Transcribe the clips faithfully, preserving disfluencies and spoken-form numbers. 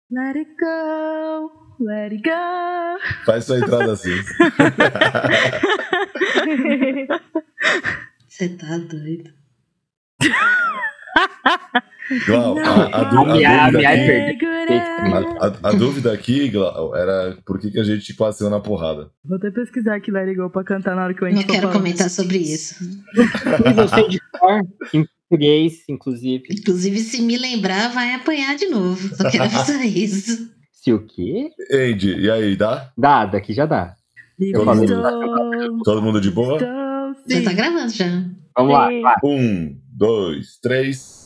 Let it go, let it go. Faz sua entrada assim. Você tá doido. Glau, a, a, du- a dúvida aqui, Segura. a, a, a dúvida aqui, Glau, era por que, que a gente passeou na porrada. Vou até pesquisar aqui Let It Go pra cantar na hora que eu Não entro. quero comentar sobre isso. Mas eu sei de cor, em português, inclusive. Inclusive, se me lembrar, vai apanhar de novo. Só quero avisar isso. Se o quê? Andy, e aí, dá? Dá, daqui já dá. Todo mundo, todo mundo de boa? Já tá gravando já. Vamos lá, vai. Um, dois, três.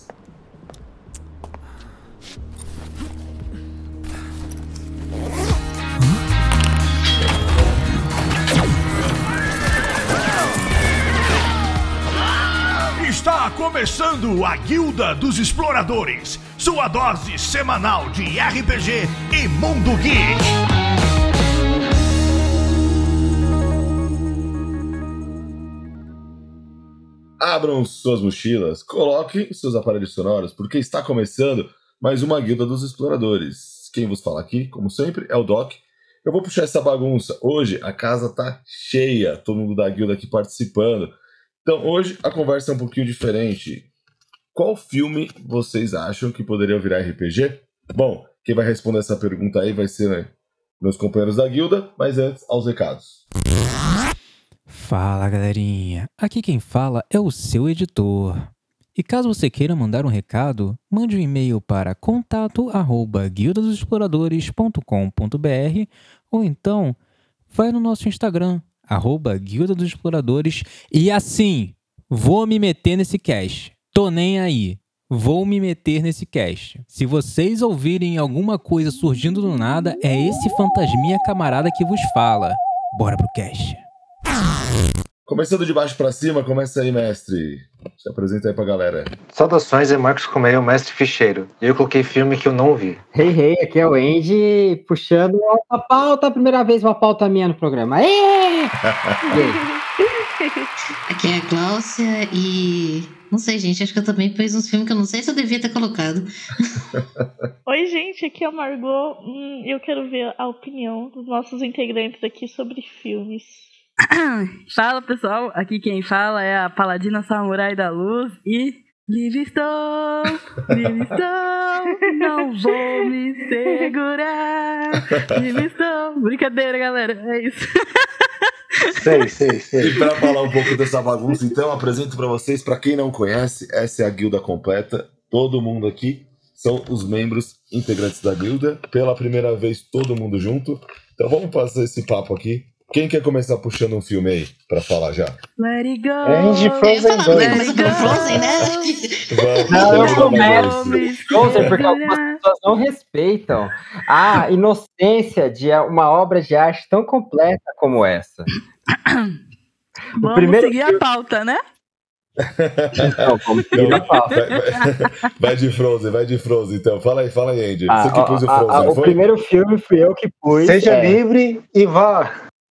Está começando a Guilda dos Exploradores, sua dose semanal de R P G e Mundo Geek. Abram suas mochilas, coloquem seus aparelhos sonoros, porque está começando mais uma Guilda dos Exploradores. Quem vos fala aqui, como sempre, é o Doc. Eu vou puxar essa bagunça. Hoje a casa tá cheia, todo mundo da Guilda aqui participando. Então hoje a conversa é um pouquinho diferente. Qual filme vocês acham que poderia virar R P G? Bom, quem vai responder essa pergunta aí vai ser, né, meus companheiros da Guilda, mas antes, aos recados. Fala galerinha, aqui quem fala é o seu editor. E caso você queira mandar um recado, mande um e-mail para contato arroba guilda dos exploradores ponto com ponto b r ou então vai no nosso Instagram, arroba Guilda dos Exploradores, e assim, vou me meter nesse cast. Tô nem aí. Vou me meter nesse cast. Se vocês ouvirem alguma coisa surgindo do nada, é esse fantasminha camarada que vos fala. Bora pro cast. Começando de baixo pra cima, começa aí, mestre. Se apresenta aí pra galera. Saudações, é Marcos Comei, o mestre ficheiro. E eu coloquei filme que eu não vi. Hey, hey, aqui é o Andy, puxando a pauta, a primeira vez uma pauta minha no programa. Aê! Aqui é a Cláudia e... Não sei, gente, acho que eu também fiz uns filmes que eu não sei se eu devia ter colocado. Oi, gente, aqui é a Margot. Hum, eu quero ver a opinião dos nossos integrantes aqui sobre filmes. Fala pessoal, aqui quem fala é a Paladina Samurai da Luz e Livingstone, Livingstone, não vou me segurar, Livingstone, brincadeira galera, é isso. Sei, sei, sei. E pra falar um pouco dessa bagunça, então, apresento pra vocês, pra quem não conhece, essa é a guilda completa, todo mundo aqui são os membros integrantes da guilda, pela primeira vez todo mundo junto, então vamos passar esse papo aqui. Quem quer começar puxando um filme aí, pra falar já? Let it go. Andy Frozen Eu dois. começa pelo Frozen, né? Vamos, Não, eu vamos começo. lá, Frozen, porque algumas pessoas não respeitam a inocência de uma obra de arte tão completa como essa. Vamos primeiro seguir filme- a pauta, né? Então, como seguir a pauta. Vai, vai, vai de Frozen, vai de Frozen, então. Fala aí, fala aí, Andy. Ah, Você que pôs o a- a- Frozen, o foi? primeiro filme fui eu que pus. Seja é. livre e vá.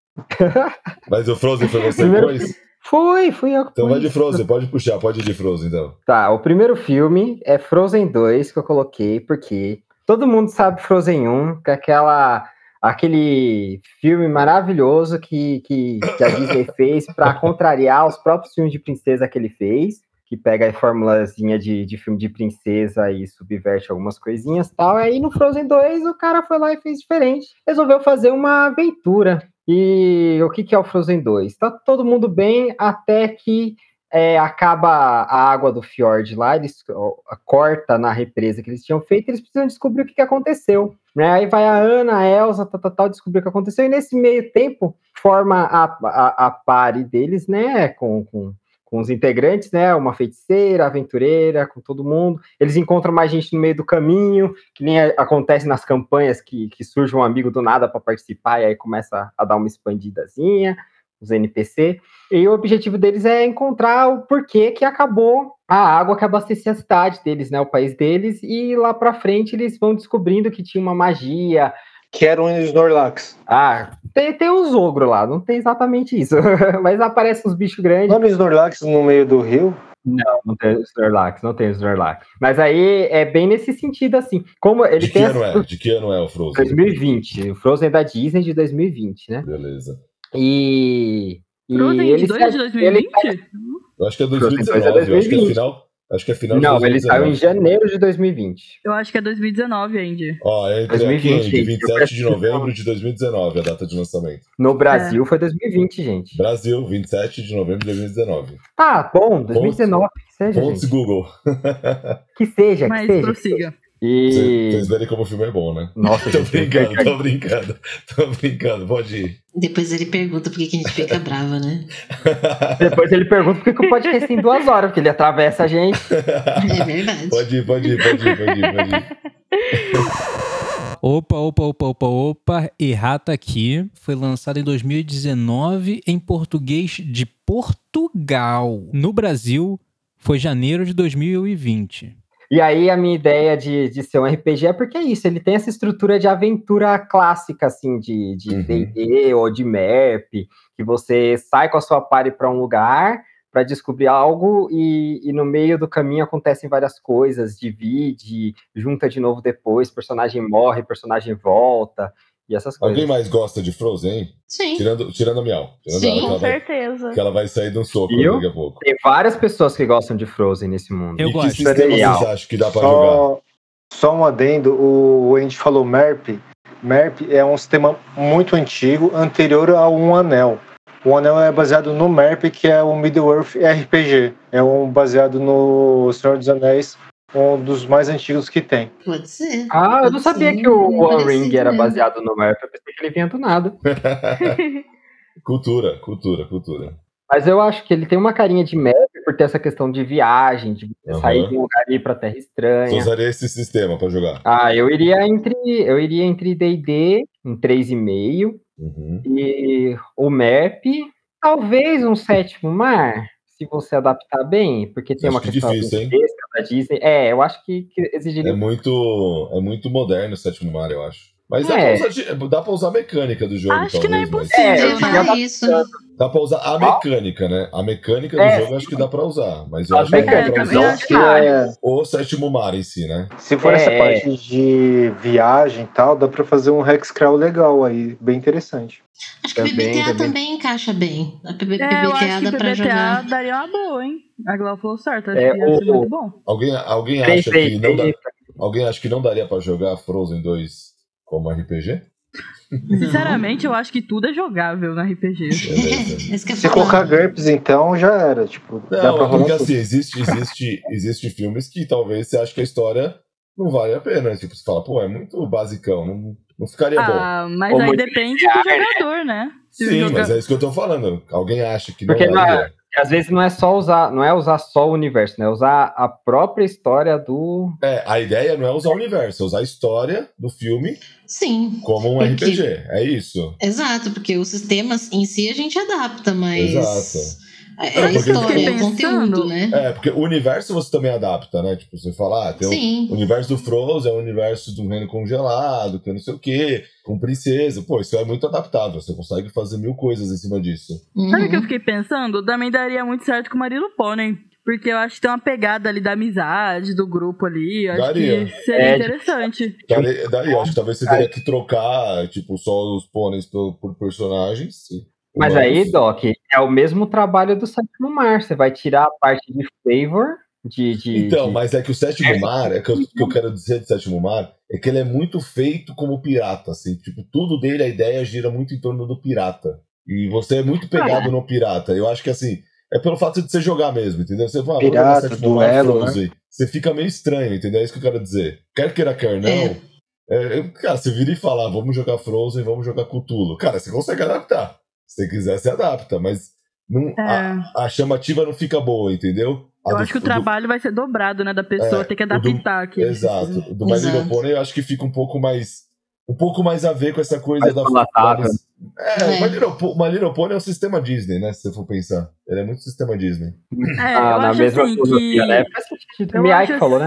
Mas o Frozen foi você que Primeiro pôs? Fui, fui eu que Então pus. vai de Frozen, pode puxar, pode ir de Frozen, então. Tá, o primeiro filme é Frozen dois que eu coloquei, porque todo mundo sabe Frozen um, que é aquela, aquele filme maravilhoso que, que, que a Disney fez para contrariar os próprios filmes de princesa que ele fez, que pega a formulazinha de, de filme de princesa e subverte algumas coisinhas e tal. Aí no Frozen dois o cara foi lá e fez diferente, resolveu fazer uma aventura. E o que, que é o Frozen dois? Tá todo mundo bem até que é, acaba a água do fjord lá, eles ó, corta na represa que eles tinham feito, eles precisam descobrir o que, que aconteceu. Né? Aí vai a Ana, a Elsa, tal, tal, tal, descobrir o que aconteceu, e nesse meio tempo forma a, a, a party deles, né, com, com, com os integrantes, né, uma feiticeira, aventureira, com todo mundo. Eles encontram mais gente no meio do caminho, que nem a, acontece nas campanhas, que, que surge um amigo do nada para participar, e aí começa a dar uma expandidazinha, os N P C, e o objetivo deles é encontrar o porquê que acabou a água que abastecia a cidade deles, né, o país deles, e lá pra frente eles vão descobrindo que tinha uma magia. Que era um Snorlax. Ah, tem, tem uns ogros lá, não tem exatamente isso, mas aparecem uns bichos grandes. Não era um Snorlax no meio do rio? Não, não tem o Snorlax, não tem o Snorlax. Mas aí é bem nesse sentido, assim. Como ele De que tem ano essa- é? De que ano é o Frozen? dois mil e vinte. O Frozen da Disney de dois mil e vinte, né? Beleza. E. e Frozen ele dois sai- de dois mil e ele vinte? Eu acho que é Frozen dois é dois mil e dezenove. Eu acho que é dois mil e vinte. final. Acho que é final de Não, dois mil e ele saiu em dezenove. janeiro de dois mil e vinte. Eu acho que é dois mil e dezenove, Andy. Ó, entre dois mil e vinte, aqui, de gente. vinte e sete de novembro de dois mil e dezenove, a data de lançamento. No Brasil foi dois mil e vinte, gente. Brasil, vinte e sete de novembro de dois mil e dezenove. Tá, bom, dois mil e dezenove, que seja, Pontos gente. Google. Que seja, Mas que seja. prossiga. E. Vocês verem como o filme é bom, né? Nossa, Tô gente, brincando, tô brincando. Tô brincando, pode ir. Depois ele pergunta por que que a gente fica brava, né? Depois ele pergunta por que que o podcast tem duas horas, porque ele atravessa a gente. É verdade. Pode ir, pode ir, pode ir, pode ir, pode ir. Opa, opa, opa, opa, opa, errata aqui. Foi lançado em dois mil e dezenove em português de Portugal. No Brasil, foi janeiro de dois mil e vinte. E aí a minha ideia de, de ser um R P G é porque é isso, ele tem essa estrutura de aventura clássica, assim, de de Uhum. D e D ou de MERP, que você sai com a sua party para um lugar para descobrir algo e, e no meio do caminho acontecem várias coisas, divide, junta de novo depois, personagem morre, personagem volta, e essas coisas. Alguém mais gosta de Frozen, hein? Sim. Tirando, tirando a Miau. Tirando Sim, ela, que, Com ela vai, certeza. que ela vai sair de um soco Viu? daqui a pouco. Tem várias pessoas que gostam de Frozen nesse mundo. Eu e gosto. que sistema Legal. vocês acham que dá pra jogar? Só, só um adendo, o Andy falou MERP. MERP é um sistema muito antigo, anterior ao Um Anel. O Anel é baseado no MERP, que é o Middle-earth R P G. É um baseado no Senhor dos Anéis, um dos mais antigos que tem. Pode ser. Ah, eu não Pode sabia ser, que o bem One Ring parecido era mesmo. baseado no MERP, eu pensei que ele vinha do nada. Cultura, cultura, cultura. Mas eu acho que ele tem uma carinha de MERP por ter essa questão de viagem, de Aham. sair de um lugar e ir pra Terra Você Estranha. usaria esse sistema pra jogar? Ah, eu iria entre eu iria entre D e D em três e meio Uhum. e o MERP, talvez um sétimo mar, se você adaptar bem, porque tem Acho uma que questão difícil, hein? aventuresca da Disney. É, eu acho que, que exigiria. É muito, é muito moderno o sétimo mar, eu acho. Mas dá, É. pra usar, di- dá pra usar a mecânica do jogo, Acho que não é talvez. mas- impossível. Eu É, ia né? falar isso. Dá pra usar a mecânica, né? A mecânica do É, jogo eu acho que dá pra usar. Mas eu As acho que não dá mecânicas, pra também usar acho Se, é, o sétimo mar em si, né? se for É, essa é. parte de viagem e tal, dá pra fazer um Hexcrawl legal aí, bem interessante. Acho que o Também, P B T A também. também encaixa bem. A P B T É, eu A acho que dá o pra P B T A jogar. daria uma boa, hein? A Glau falou certo, acho É, que ia ser o- muito bom. Alguém, alguém Tem, acha tem, que não dá, tem. alguém acha que não daria pra jogar Frozen dois como R P G? Sinceramente, eu acho que tudo é jogável no R P G. Beleza. Esse que eu Se ia colocar falar. GURPS, então, já era. Tipo, dá Não, pra é porque rolar tudo. assim, existe, existe, existe filmes que talvez você ache que a história não vale a pena. Tipo, você fala, pô, é muito basicão, não, não ficaria bom. Ah, mas Ou aí muito depende do jogador, né? Se o Sim, joga- mas é isso que eu tô falando. Alguém acha que não Porque não é- daria? Às vezes não é só usar, não é usar só o universo, né? É usar a própria história do. É, a ideia não é usar o universo, é usar a história do filme Sim. como um Porque- R P G. É isso. Exato, porque os sistemas em si a gente adapta, mas. Exato. É É, a porque eu história, é fiquei o conteúdo, pensando- né? É, porque o universo você também adapta, né? Tipo, você fala, ah, tem Sim. o universo do Frozen, é o universo do reino congelado, que é não sei o quê, com princesa. Pô, isso é muito adaptável, você consegue fazer mil coisas em cima disso. Sabe o que eu Uhum. fiquei pensando? Também daria muito certo com o My Little Pony. Porque eu acho que tem uma pegada ali da amizade, do grupo ali. Eu acho Daria. que seria É, interessante. Daí, daí eu acho que talvez você teria que trocar, tipo, só os pôneis por, por personagens. Mas humanos. aí, Doc, é o mesmo trabalho do sétimo mar. Você vai tirar a parte de flavor, de. de Então, de- mas é que o Sétimo Mar, é que eu, que eu quero dizer do Sétimo Mar, é que ele é muito feito como pirata, assim, tipo, tudo dele, a ideia gira muito em torno do pirata. E você é muito pegado no pirata. Eu acho que, assim, é pelo fato de você jogar mesmo, entendeu? Você fala, Pirata, vamos jogar Sétimo Mar, duelo, Frozen. Você fica meio estranho, entendeu? É isso que eu quero dizer. Quer queira, quer não. É. É, eu- cara, você vira e fala, ah, vamos jogar Frozen, vamos jogar Cthulhu. Cara, você consegue adaptar. Se você quiser, você adapta, mas não, É. a, a chamativa não fica boa, entendeu? A Eu do- acho que o do- trabalho vai ser dobrado, né? Da pessoa É, ter que o do- adaptar aquilo. Exato. O do My Exato. Little Pony eu acho que fica um pouco mais. Um pouco mais a ver com essa coisa Mais da. palatável. É, É. o My Little, Po- My Little Pony é um sistema Disney, né? Se você for pensar. Ele é muito sistema Disney. É, ah, eu na acho mesma assim filosofia, que... né? Faz sentido. Eu O Miyake acho falou, assim- né?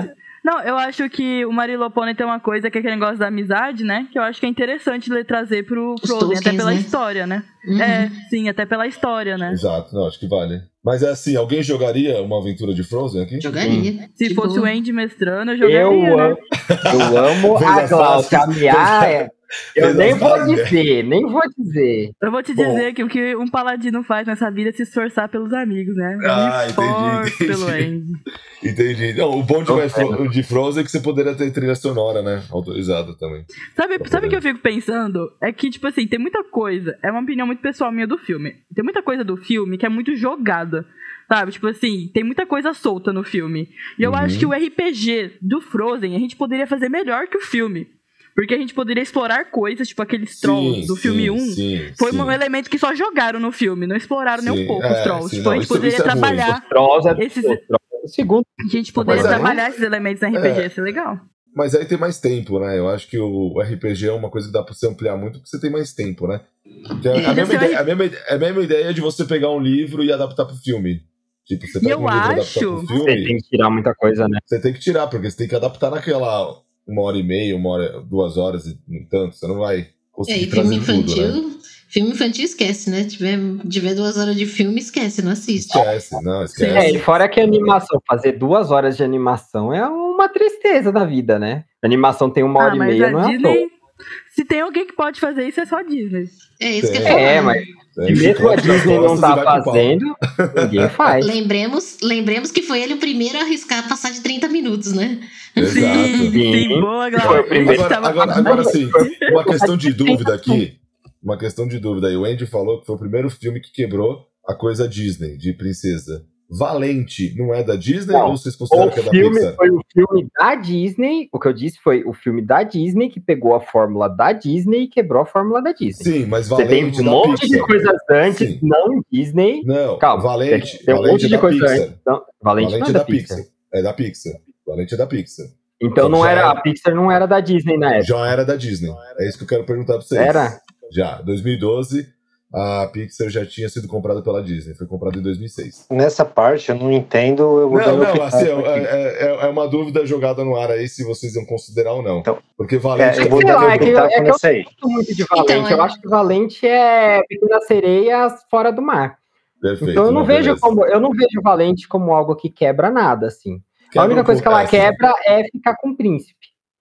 Não, eu acho que o My Little Pony tem uma coisa que é aquele negócio da amizade, né? Que eu acho que é interessante ele trazer pro Frozen, até pela né? história, né? Uhum. É, sim, até pela história, né? Exato, não, acho que vale. Mas é assim, alguém jogaria uma aventura de Frozen aqui? Jogaria. Se De fosse boa. o Andy mestrando, eu jogaria, Eu né? amo, eu amo Fez a as Glaucia. A pazes. Mia, eu Fez nem as vou pazes, né? dizer, nem vou dizer. Eu vou te Bom. dizer que o que um paladino faz nessa vida é se esforçar pelos amigos, né? Eu Ah, me entendi, esforço entendi. pelo Andy. Entendi. Não, o bom de, Tô My Fro- de Frozen é que você poderia ter trilha sonora, né? Autorizada também. Sabe, Pra sabe o que poder. eu fico pensando? É que, tipo assim, tem muita coisa. É uma opinião muito pessoal minha do filme. Tem muita coisa do filme que é muito jogada. Sabe? Tipo assim, tem muita coisa solta no filme. E eu Uhum. acho que o R P G do Frozen a gente poderia fazer melhor que o filme. Porque a gente poderia explorar coisas, tipo aqueles trolls do filme um. Sim, Foi sim. um elemento que só jogaram no filme, não exploraram nem Sim, um pouco é, os trolls. sim, Tipo, a não, gente isso- poderia isso é ruim. trabalhar. Trolls é Esses- do Trolls é do segundo. A gente poderia Mas aí- trabalhar esses elementos no R P G, É. ia ser legal. Mas aí tem mais tempo, né? Eu acho que o R P G é uma coisa que dá pra você ampliar muito, porque você tem mais tempo, né? Que é a, Podia mesma ser um ideia, a, mesma, a mesma ideia de você pegar um livro e adaptar pro filme. Tipo, você E pega eu um livro e adaptar acho- pro Você filme, tem que tirar muita coisa, né? você tem que tirar, porque você tem que adaptar naquela uma hora e meia, uma hora, duas horas e tanto. Você não vai É, conseguir e filme trazer infantil, tudo, né? filme infantil esquece, né? Tiver, tiver duas horas de filme, esquece, não assiste. Esquece, não, É, esquece. e fora que a animação, fazer duas horas de animação é uma tristeza da vida, né? A animação tem uma hora Ah, e mas meia, a não é à toa. Disney. Se tem alguém que pode fazer isso, é só a Disney. É isso que eu ia Tem. falar. É, mas É, se mesmo a chicote nas Disney não costas e tá vai pro pau. fazendo, ninguém faz. Lembremos, lembremos que foi ele o primeiro a arriscar passar de trinta minutos, né? Exato. Sim, sim, Sim. boa, Foi Glaucia. o primeiro. Esse Agora, tava- agora, agora sim, uma questão de dúvida aqui. Uma questão de dúvida aí. O Andy falou que foi o primeiro filme que quebrou a coisa Disney, de princesa. Valente não é da Disney Não. ou vocês consideram O que é da filme Pixar? foi o filme da Disney. O que eu disse foi o filme da Disney que pegou a fórmula da Disney e quebrou a fórmula da Disney. Sim, mas Você tem Valente um da monte Pixar. de coisas antes, Sim. não Disney. Não, Calma, Valente, tem, tem um Valente monte é de da coisa Pixar. antes. Não, Valente, Valente não é é da da Pixar. Pixar. É da Pixar. Valente é da Pixar. Então não Já era, era- a Pixar não era da Disney na época. Já era da Disney. É isso que eu quero perguntar pra vocês. Era? Já. dois mil e doze, a Pixar já tinha sido comprada pela Disney. Foi comprada em dois mil e seis. Nessa parte eu não entendo, eu vou dar Não, meu não, pitaco assim, aqui. é, é- é uma dúvida jogada no ar aí se vocês iam considerar ou não. Então, Porque Valente. É, eu vou Sei dar lá, meu é que eu- pitaco é que eu- nessa aí. Eu gosto muito de Valente. Então, eu é- acho que Valente é Pequena Sereia fora do mar. Perfeito. Então eu não vejo beleza. como eu não vejo Valente como algo que quebra nada, assim. Quebra a única um coisa que pouco, ela é, sim. quebra é ficar com o príncipe.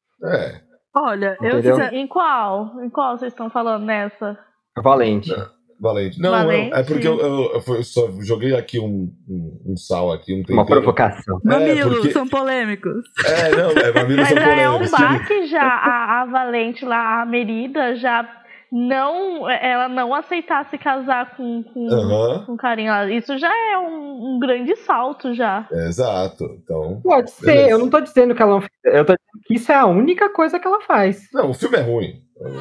É. Olha, eu Entendeu? sincer- Em qual? Em qual vocês estão falando nessa? Valente. Valente. Não, Valente. não, é porque eu, eu- eu foi- só joguei aqui um, um, um sal aqui, um tempero. Uma provocação. Mamilos, porque- são polêmicos. É, não, é, mamilos Mas são já é um polêmicos. Tipo, baque já, a, a Valente lá, a Merida, já não, ela não aceitar se casar com, com, Aham. com carinho. Isso já é um, um grande salto já. é, exato. Então. Pode ser, Beleza. eu não tô dizendo que ela não. Eu tô dizendo que isso é a única coisa que ela faz. Não, o filme é ruim.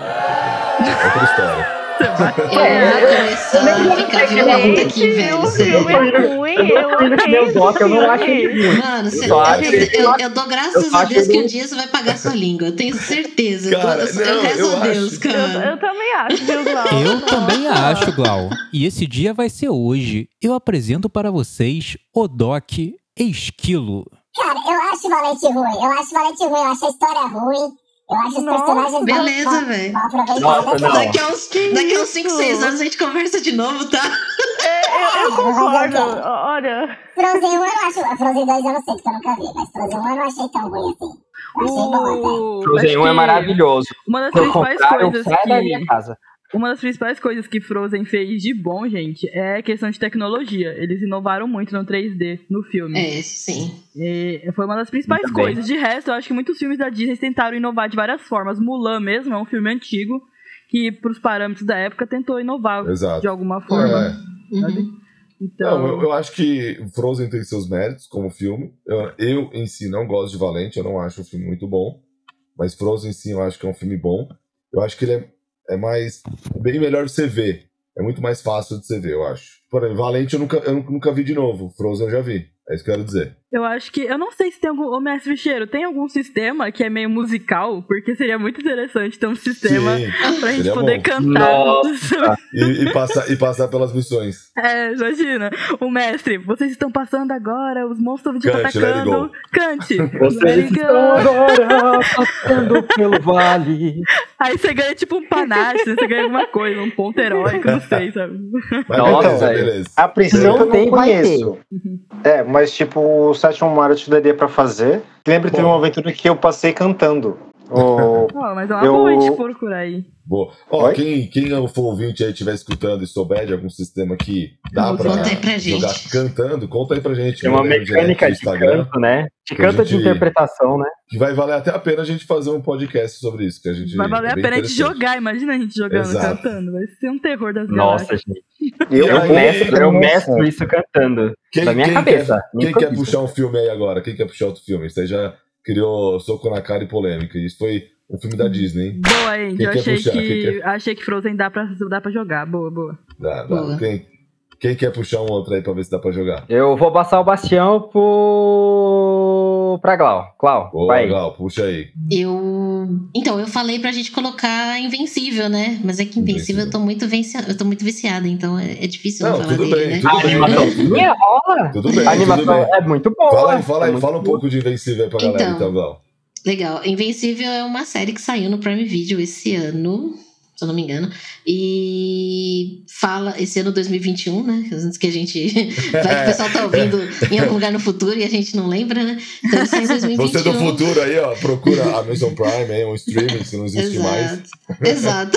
É outra história. Eu É, vou começar a ficar violenta aqui, velho. o Sério. filme é ruim, eu Eu tô amei meu doc, eu não acho esse ele filme. ruim. Mano, cê- só eu, acho eu, ele- eu- eu dou graças eu só a acho Deus que ele- um dia você vai pagar sua língua. Eu tenho certeza. Cara, eu, eu não, rezo eu a Deus, acho- cara. Eu, eu também acho, viu, Glauco? Eu também Nossa. acho, Glau. E esse dia vai ser hoje. Eu apresento para vocês o Doc Esquilo. Cara, eu acho Valente ruim. Eu acho Valente ruim. Eu acho a história ruim. Eu acho os Nossa, personagens mal- beleza, mal- velho. mal aproveitados. Nossa, não. Daqui a uns, daqui a uns cinco, isso? seis anos a gente conversa de novo, tá? Eu, eu concordo. Olha, Frozen um eu não acho. Frozen dois eu não sei, porque eu nunca vi. Mas Frozen um eu não achei tão ruim assim. Eu achei bom até. O... Frozen acho um é que maravilhoso. Uma das Se eu principais comprar, eu coisas saio da que... minha casa. Uma das principais coisas que Frozen fez de bom, gente, é a questão de tecnologia. Eles inovaram muito no três D, no filme. É, sim. E foi uma das principais Muito bem. coisas. De resto, eu acho que muitos filmes da Disney tentaram inovar de várias formas. Mulan mesmo é um filme antigo que, pros parâmetros da época, tentou inovar Exato. de alguma forma. É. sabe? Uhum. Então, Não, eu, eu acho que Frozen tem seus méritos como filme. Eu, eu, em si, não gosto de Valente, eu não acho o filme muito bom. Mas Frozen, sim, eu acho que é um filme bom. Eu acho que ele é, é mais. bem melhor de você ver. É muito mais fácil de você ver, eu acho. Por exemplo, Valente eu nunca, eu nunca vi de novo. Frozen eu já vi. É isso que eu quero dizer. Eu acho que... Eu não sei se tem algum... Ô, Mestre Bicheiro, tem algum sistema que é meio musical? Porque seria muito interessante ter um sistema Sim, pra gente seria poder bom. cantar. Nossa. E, e, passar, e passar pelas missões. É, imagina. O mestre, vocês estão passando agora, os monstros de Cante, let it atacando. go. Cante. Let Vocês it estão go. agora passando pelo vale. Aí você ganha tipo um panache, você ganha alguma coisa, um ponto heróico, não sei, sabe? Mas Nossa, beleza, velho. beleza. A princípio Não eu não tem, vai conheço. É, mas tipo, o sétimo mar eu te daria pra fazer. Lembra que teve uma aventura que eu passei cantando. O... Oh, mas é uma Eu- boa a gente procurar aí. Boa. Ó, Oi? quem, quem for ouvinte aí estiver escutando e souber de algum sistema que dá pra, Conta aí pra gente. jogar cantando, conta aí pra gente. Tem uma manda aí no direct mecânica do de Instagram, canto, né? De que a canto de gente- interpretação, né? que vai valer até a pena a gente fazer um podcast sobre isso. Que a gente, Vai valer é a bem pena a gente interessante. jogar, imagina a gente jogando, Exato. cantando. Vai ser um terror das Nossa, galáxias. gente. Eu, Eu, aí, mestro, eu nossa. mestro isso cantando. Quem, da minha quem cabeça. Quer, minha quem quer cabeça. puxar um filme aí agora? Quem quer puxar outro filme? Isso aí já criou soco na cara e polêmica. Isso foi um filme da Disney, hein? Boa, Andy. Quem Eu quer achei puxar? que, Quem quer- achei que Frozen dá pra, dá pra jogar. Boa, boa. Dá, dá. Boa. Quem, quem quer puxar um outro aí pra ver se dá pra jogar? Eu vou passar o bastião pro... pra Glau. Glau, Boa, vai. Gal, puxa aí. Eu. Então, eu falei pra gente colocar Invencível, né? Mas é que Invencível, Invencível. eu tô muito vici... eu tô muito viciada, então é, é difícil não, Não, falar tudo dele, bem, né? tudo A bem. animaçãozinha rola. Tudo bem, A animação tudo bem. é muito boa. Fala aí, fala é aí, muito fala um boa. pouco de Invencível aí pra galera, Então. então, Gal. Legal. Invencível é uma série que saiu no Prime Video esse ano, se eu não me engano. E fala, esse ano dois mil e vinte e um, né? Antes que a gente. Vai que o pessoal tá ouvindo em algum lugar no futuro e a gente não lembra, né? Então ele saiu em dois mil e vinte e um. Você do futuro aí, ó, procura a Amazon Prime aí, um streaming que não existe mais. Exato.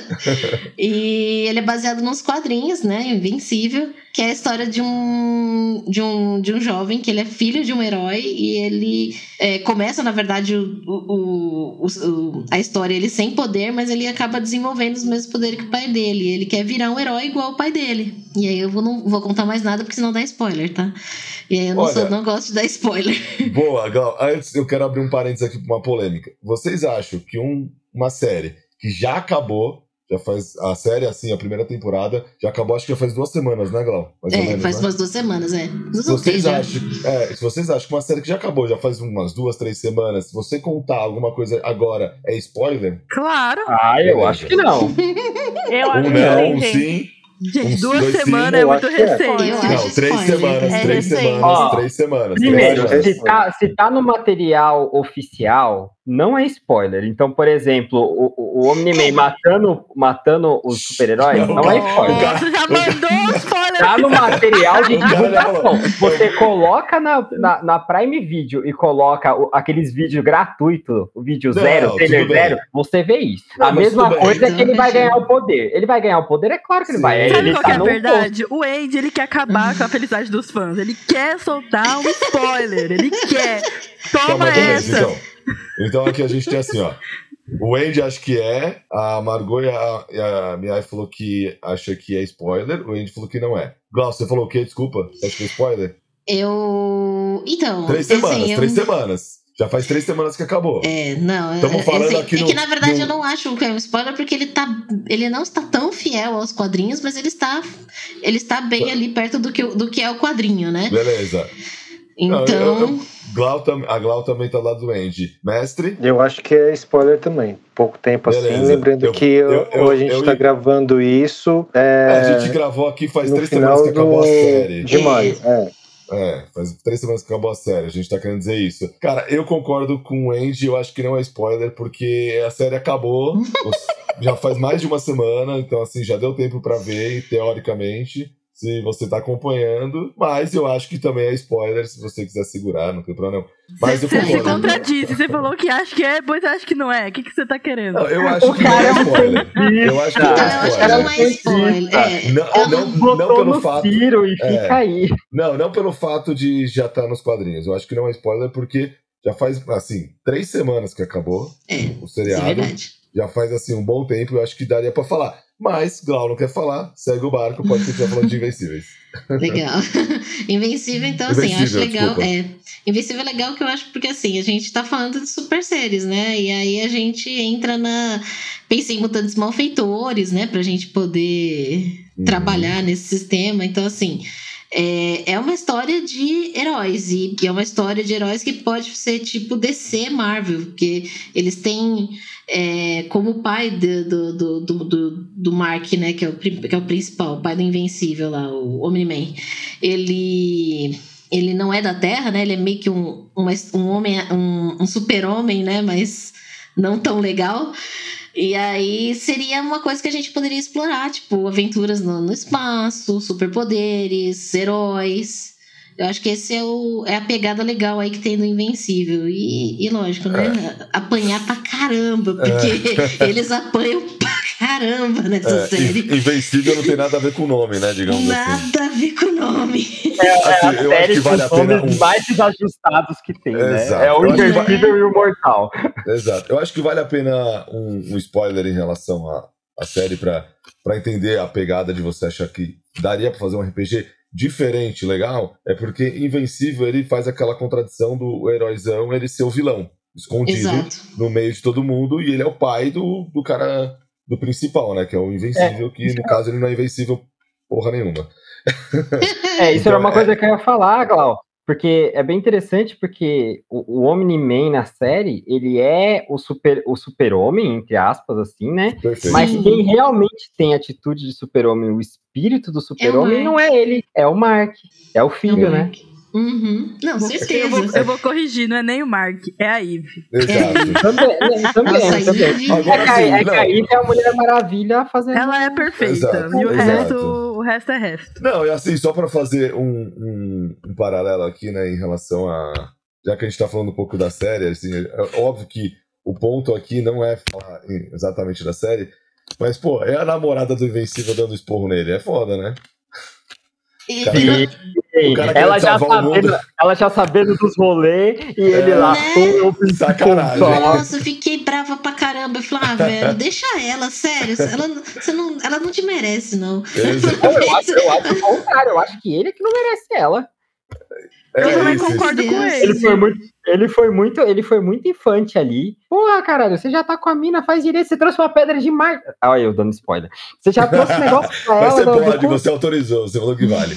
E ele é baseado nos quadrinhos, né? Invencível, que é a história de um, de um, de um jovem que ele é filho de um herói e ele é, começa, na verdade, o, o, o, o, a história ele sem poder, mas ele acaba desenvolvendo os mesmos poderes que o pai dele. Ele quer virar um herói igual o pai dele. E aí eu vou, não vou contar mais nada, porque senão dá spoiler, tá? E aí eu não, Olha, sou, não gosto de dar spoiler. Boa, Gal. Antes eu quero abrir um parênteses aqui pra uma polêmica. Vocês acham que um, uma série que já acabou, já faz a série, assim, a primeira temporada, já acabou, acho que já faz duas semanas, né, Glau? Mais ou É, menos, faz né? umas duas semanas, é. Duas Se ou vocês, três já. acham, é, se vocês acham que uma série que já acabou, já faz umas duas, três semanas, se você contar alguma coisa agora, é spoiler? Claro. Ah, eu Beleza. acho que não. Eu acho Um que não, sim, um gente. sim. Gente, Uns duas dois semanas sim, é eu muito acho que é. recente. Eu Não, acho três spoiler. semanas, É três recente. semanas, Ó, três semanas. Primeiro, três se semanas. tá, se tá no material oficial, não é spoiler. Então, por exemplo, o, o, o Omni-Man matando, matando os super-heróis, não é spoiler. Nossa, já mandou um spoiler. Tá no material de O cara já falou. divulgação. Você coloca na, na, na Prime Video e coloca o- aqueles vídeos gratuitos, o vídeo Não, zero, trailer tudo bem. zero, você vê isso. Não, a mas mesma tudo bem. coisa é que ele vai Então, ganhar o poder. Ele vai ganhar o poder? É claro que ele Sim. vai. Sabe Ele qual tá que é a no verdade? O Andy, ele quer acabar com a felicidade dos fãs. Ele quer soltar um spoiler. Ele quer. Tá, Toma mas beleza, essa. então. Então aqui a gente tem assim, ó. O Andy acho que é, a Margot e a, e a Miai falou que acha que é spoiler, o Andy falou que não é. Glaucio, você falou o quê? Desculpa, você acha que é spoiler? Eu. Então. Três assim, semanas, eu... três semanas. Já faz três semanas que acabou. É, não, Tamo é, falando assim, aqui é no- que na verdade no- eu não acho que é um spoiler porque ele tá, ele não está tão fiel aos quadrinhos, mas ele está, ele está bem ali perto do que, do que é o quadrinho, né? Beleza. Então, Eu- eu- eu- Glau tam- a Glau também tá lá do Andy. Mestre? Eu acho que é spoiler também. Pouco tempo assim. Beleza. Lembrando Eu- que eu- eu- eu- a gente eu- tá gravando isso é, A gente gravou aqui faz no três semanas final que acabou do... a série. de maio. É. É, faz três semanas que acabou a série, a gente tá querendo dizer isso. Cara, eu concordo com o Andy, eu acho que não é spoiler, porque a série acabou, os- já faz mais de uma semana, então assim, já deu tempo pra ver, teoricamente, se você tá acompanhando, mas eu acho que também é spoiler, se você quiser segurar, não tem problema não. Mas Você eu você se concordo. contradisse. Você falou que acha que é, depois acha que não é. O que, que você tá querendo? Não, eu acho O que não cara é é um spoiler. Eu acho que não então é eu acho que spoiler. não é spoiler. É, Não, eu não, não Botou pelo no fato. tiro e É. fica aí. Não, não pelo fato de já estar nos quadrinhos. Eu acho que não é spoiler porque já faz, assim, três semanas que acabou é, o isso é seriado. verdade. Já faz, assim, um bom tempo. Eu acho que daria pra falar. Mas Glau não quer falar. Segue o barco. Pode continuar falando de Invencíveis. Legal. Invencível, então, assim, eu acho Invencível, legal. desculpa. É, Invencível é legal que eu acho, porque assim, a gente tá falando de super séries, né? E aí a gente entra na. Pensei em mutantes malfeitores, né? Pra gente poder Uhum. trabalhar nesse sistema. Então, assim. É, é uma história de heróis, e é uma história de heróis que pode ser tipo D C, Marvel, porque eles têm é, como pai do, do, do, do, do Mark, né, que é, o, que é o principal, o pai do Invencível lá, o Omni-Man. Ele... Ele não é da Terra, né? Ele é meio que um, um, um homem, um, um super-homem, né? Mas não tão legal. E aí seria uma coisa que a gente poderia explorar, tipo, aventuras no, no espaço, superpoderes, heróis. Eu acho que esse é, o, é a pegada legal aí que tem do Invencível. E, e lógico, né? É. Apanhar pra caramba, porque é. eles apanham pra caramba nessa é, série. Invencível não tem nada a ver com o nome, né? Digamos nada assim. Nada a ver com o nome. É, é assim, eu acho que vale a pena um... mais desajustados que tem, Exato. né? É o Invencível e o Mortal. Exato. Eu acho que vale a pena um, um spoiler em relação à, à série pra, pra entender a pegada de você achar que daria pra fazer um R P G diferente, legal. É porque Invencível, ele faz aquela contradição do heróizão ele ser o vilão, escondido Exato. no meio de todo mundo, e ele é o pai do, do cara, do principal, né? Que é o Invencível, é, que no caso ele não é invencível porra nenhuma. É, isso então, era uma é... coisa que eu ia falar, Glau, porque é bem interessante, porque o, o Omni-Man na série, ele é o super, o super-homem, entre aspas, assim, né? Perfeito. Mas quem realmente tem atitude de super-homem, o espírito do super-homem, é não é ele, é o Mark, é o filho, é o né? Uhum. Não, certeza. Eu vou, eu vou corrigir, não é nem o Mark, é a Eve. Exato. É. Também, também, Nossa, também. Eve... Agora, é, sim, é que a Eve é a Mulher Maravilha fazendo... Ela é perfeita. Exato, e o exato. resto, o resto é resto. Não, e assim, só para fazer um, um, um paralelo aqui, né, em relação a... Já que a gente tá falando um pouco da série, assim, é óbvio que o ponto aqui não é falar exatamente da série, mas, pô, é a namorada do Invencível dando esporro nele. É foda, né? E, cara, e, o cara ela, já sabendo, ela já sabendo dos rolês e é, ele lá né? Sacanagem. Nossa, eu fiquei brava pra caramba. Eu falei, ah, velho, deixa ela, sério. Ela, você não, ela não te merece, não. Eu acho, eu acho o contrário, eu acho que ele é que não merece ela. Eu é também isso, concordo isso. com ele. Ele foi, muito, ele, foi muito, ele foi muito infante ali. Porra, caralho, você já tá com a mina, faz direito, você trouxe uma pedra de mar... Olha eu dando spoiler. Você já trouxe um negócio pra ela. Mas você do, pode, do você autorizou, você falou que vale.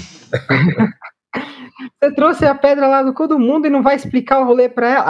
Você trouxe a pedra lá do cu do mundo e não vai explicar o rolê pra ela?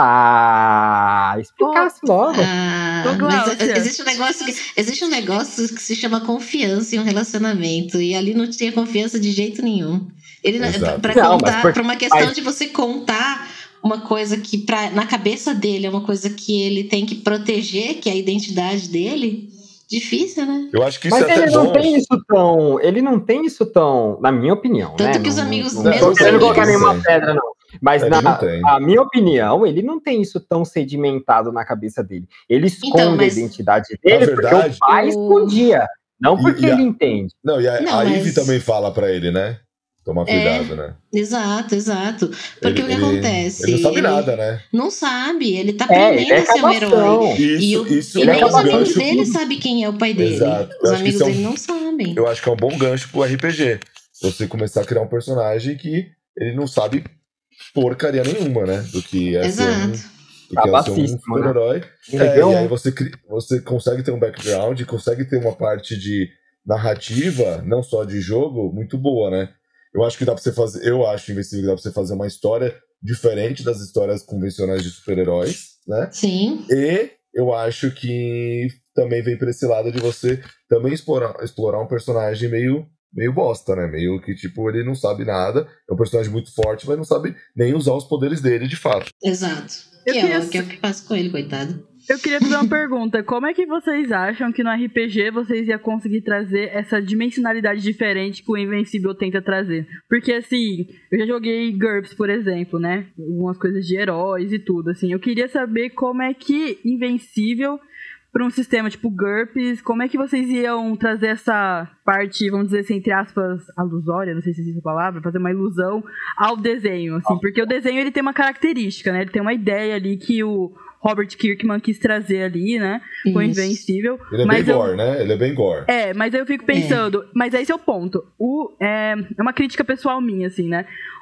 Ah, explicasse oh, logo. Ah, mas existe um, negócio que, existe um negócio que se chama confiança em um relacionamento. E ali não tinha confiança de jeito nenhum. Ele Exato. pra não, contar, por, pra uma questão mas... de você contar uma coisa que pra, na cabeça dele é uma coisa que ele tem que proteger, que é a identidade dele. Difícil, né? Eu acho que isso Mas é ele até não bom. tem isso tão. Ele não tem isso tão. Na minha opinião. Tanto né? que os não, amigos. Não, mesmo não tô querendo colocar amigos, nenhuma pedra, não. Mas ele na não tem. a minha opinião, ele não tem isso tão sedimentado na cabeça dele. Ele esconde então, mas... a identidade dele verdade, porque o pai o... escondia. Não porque e, e ele a... entende. Não, e a, não, a mas... Ivy também fala pra ele, né? Tomar cuidado, é, né? Exato, exato. Porque ele, o que ele, acontece? Ele não sabe ele nada, né? Não sabe, ele tá É, aprendendo é a ser um herói. Isso, e o, isso e é nem um os amigos gancho dele pro... sabem quem é o pai dele. Exato. Os Eu amigos é um... dele não sabem. Eu acho que é um bom gancho pro R P G. Você começar a criar um personagem que ele não sabe porcaria nenhuma, né? Do que é Exato. ser um, do que é ser um super-herói. Né? É, e aí você, você consegue ter um background, consegue ter uma parte de narrativa, não só de jogo, muito boa, né? Eu acho que dá pra você fazer. Eu acho, Invencível, que dá pra você fazer uma história diferente das histórias convencionais de super-heróis, né? Sim. E eu acho que também vem pra esse lado de você também explorar, explorar um personagem meio, meio bosta, né? Meio que, tipo, ele não sabe nada. É um personagem muito forte, mas não sabe nem usar os poderes dele de fato. Exato. Eu que, queria... é o, que é o que passa com ele, coitado. Eu queria fazer uma pergunta. Como é que vocês acham que no R P G vocês iam conseguir trazer essa dimensionalidade diferente que o Invencível tenta trazer? Porque, assim, eu já joguei GURPS, por exemplo, né? Algumas coisas de heróis e tudo, assim. Eu queria saber como é que Invencível, para um sistema tipo GURPS, como é que vocês iam trazer essa parte, vamos dizer assim, entre aspas, alusória, não sei se existe a palavra, fazer uma ilusão ao desenho, assim. Porque o desenho, ele tem uma característica, né? Ele tem uma ideia ali que o Robert Kirkman quis trazer ali, né? Com o Invencível. Ele é mas bem eu... gore, né? Ele é bem gore. É, mas eu fico pensando... É. Mas esse é o ponto. O, é, é uma crítica pessoal minha, assim, né?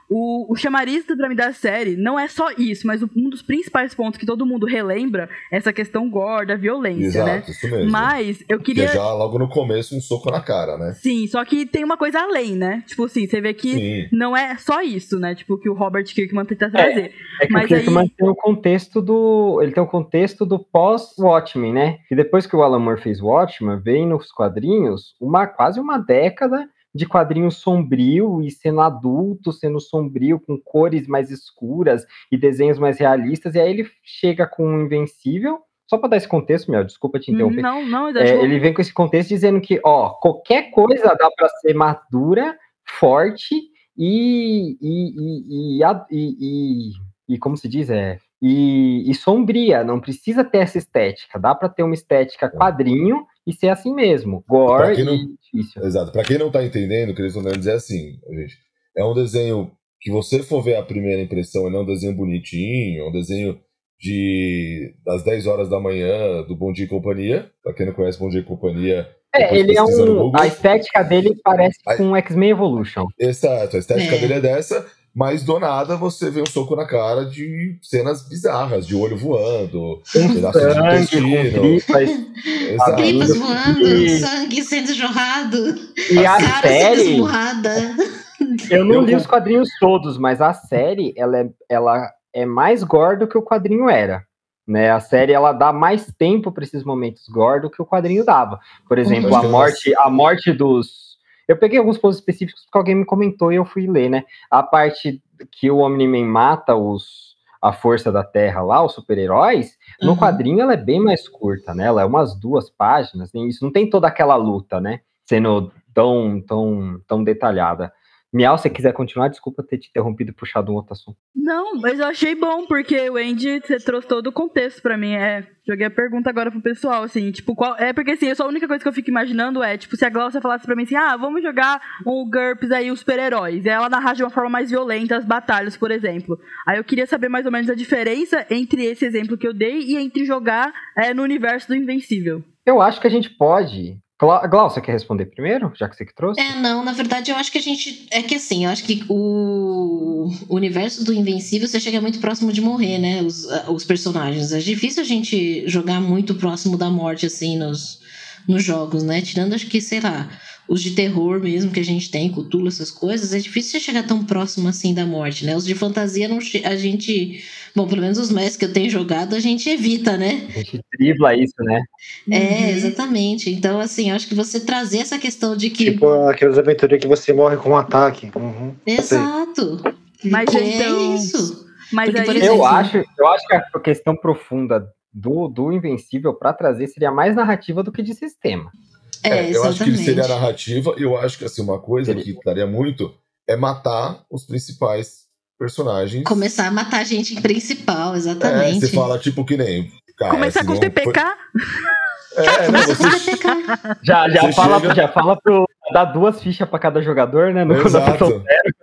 o, o chamariz pra mim da série não é só isso, mas um dos principais pontos que todo mundo relembra é essa questão gore, da violência, Exato, né? isso mesmo. Mas eu Que queria... é já logo no começo um soco na cara, né? Sim, só que tem uma coisa além, né? Tipo assim, você vê que Sim. não é só isso, né? Tipo, que o Robert Kirkman tenta trazer. É que Mas o Kirkman aí... tem o contexto do. Ele tem o contexto do pós-Watchmen, né? E depois que o Alan Moore fez Watchmen, vem nos quadrinhos uma, quase uma década de quadrinho sombrio e sendo adulto, sendo sombrio, com cores mais escuras e desenhos mais realistas. E aí ele chega com o Invencível. Só para dar esse contexto, meu, desculpa te interromper. Não, não, é, ele vem com esse contexto dizendo que, ó, qualquer coisa dá para ser madura, forte e e, e, e, e, e como se diz, é e, e sombria. Não precisa ter essa estética. Dá para ter uma estética quadrinho e ser assim mesmo, gore não, e difícil. Exato. Para quem não tá entendendo, o que eles estão querendo dizer é assim, gente. É um desenho que você for ver a primeira impressão, ele é um desenho bonitinho, é um desenho de das dez horas da manhã do Bom Dia e Companhia. Pra quem não conhece Bom Dia e Companhia, é, ele é um, a estética dele parece a, com X-Men Evolution. Exato, a estética é. dele é dessa, mas do nada você vê um soco na cara de cenas bizarras, de olho voando, um pedaço sangue, de intestino. Tripas voando, e... sangue sendo jorrado, e a cara série... sendo esmurrada. Eu não li os quadrinhos todos, mas a série, ela é, ela é mais gore do que o quadrinho era. Né? A série, ela dá mais tempo para esses momentos gore do que o quadrinho dava. Por exemplo, a morte, a morte dos... Eu peguei alguns pontos específicos porque alguém me comentou e eu fui ler, né? A parte que o Omni-Man mata os, a força da Terra lá, os super-heróis, uhum. no quadrinho ela é bem mais curta, né? Ela é umas duas páginas, né? Isso não tem toda aquela luta, né? Sendo tão, tão, tão detalhada. Miau, se você quiser continuar, desculpa ter te interrompido e puxado um outro assunto. Não, mas eu achei bom, porque o Andy, você trouxe todo o contexto pra mim. É, joguei a pergunta agora pro pessoal, assim, tipo, qual... É porque, assim, a única coisa que eu fico imaginando é, tipo, se a Glaucia falasse pra mim assim, ah, vamos jogar o GURPS aí, os super-heróis. E ela narrar de uma forma mais violenta as batalhas, por exemplo. Aí eu queria saber mais ou menos a diferença entre esse exemplo que eu dei e entre jogar é, no universo do Invencível. Eu acho que a gente pode... Glaucia, quer responder primeiro, já que você que trouxe? É, não, na verdade eu acho que a gente... É que assim, eu acho que o, o universo do Invencível você chega muito próximo de morrer, né, os, os personagens. É difícil a gente jogar muito próximo da morte, assim, nos, nos jogos, né, tirando acho que, sei lá, os de terror mesmo que a gente tem, Cthulhu, essas coisas, é difícil você chegar tão próximo assim da morte, né, os de fantasia não che- a gente... Bom, pelo menos os mestres que eu tenho jogado, a gente evita, né? A gente dribla isso, né? É, exatamente. Então, assim, eu acho que você trazer essa questão de que... Tipo aquelas aventuras que você morre com um ataque. Uhum. Exato. Mas que então... é isso. Mas Porque, aí, por exemplo, eu, acho, eu acho que a questão profunda do, do Invencível para trazer seria mais narrativa do que de sistema. É, é eu acho que ele seria narrativa, e eu acho que assim, uma coisa seria. que daria muito é matar os principais personagens. Começar a matar a gente principal, exatamente. É, você fala tipo que nem... Cara, começar com o T P K? Foi... É, não, você... Já, já, você fala, chega... já fala pro dar duas fichas para cada jogador, né? No Exato.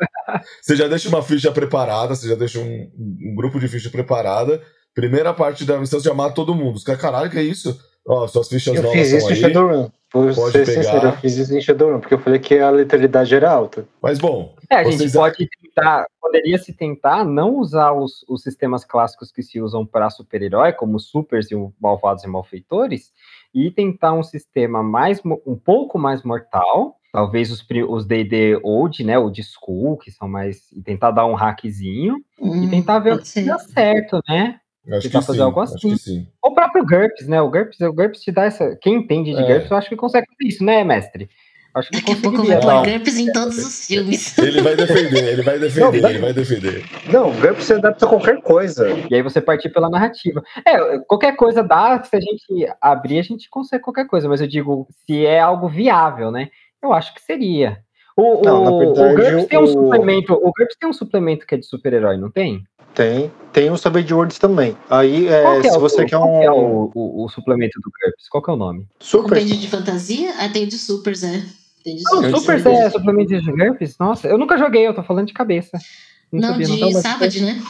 Você já deixa uma ficha preparada, você já deixa um, um grupo de ficha preparada. Primeira parte da missão, você já mata todo mundo. Os caras, caralho, que é isso? Ó, suas fichas eu novas fiz isso aí. Em Shadowrun. Por pode ser pegar. sincero, eu fiz isso em Shadowrun, porque eu falei que a letalidade era alta. Mas bom... É, a gente pode tentar, poderia se tentar não usar os, os sistemas clássicos que se usam para super-herói, como supers e malvados e malfeitores, e tentar um sistema mais, um pouco mais mortal, talvez os, os D e D Old, né, Old School, que são mais... E tentar dar um hackzinho, hum, e tentar ver o que dá certo, né? Acho tentar que fazer sim, algo assim. Acho que sim. O próprio GURPS, né? O GURPS, o GURPS te dá essa... Quem entende de é. GURPS, eu acho que consegue fazer isso, né, mestre? Acho que Daqui a pouco vai pôr GURPS em todos os filmes. Ele vai defender, ele vai defender, não, ele vai defender. Não, o GURPS se adapta a qualquer coisa. E aí você partir pela narrativa. É, qualquer coisa dá, se a gente abrir, a gente consegue qualquer coisa, mas eu digo, se é algo viável, né? Eu acho que seria. O, não, o, verdade, o GURPS tem um o... suplemento, o GURPS tem um suplemento que é de super-herói, não tem? Tem, tem o Savage Worlds também. Aí, é, é se o, você quer um... Qual que é o, o, o suplemento do GURPS? Qual que é o nome? Supers. Compêndio de fantasia? Ah, tem o de Supers, é. Tem de ah, o Supers é suplemento de GURPS? Nossa, eu nunca joguei, eu tô falando de cabeça. Não, não sabia, de não, Savage, né?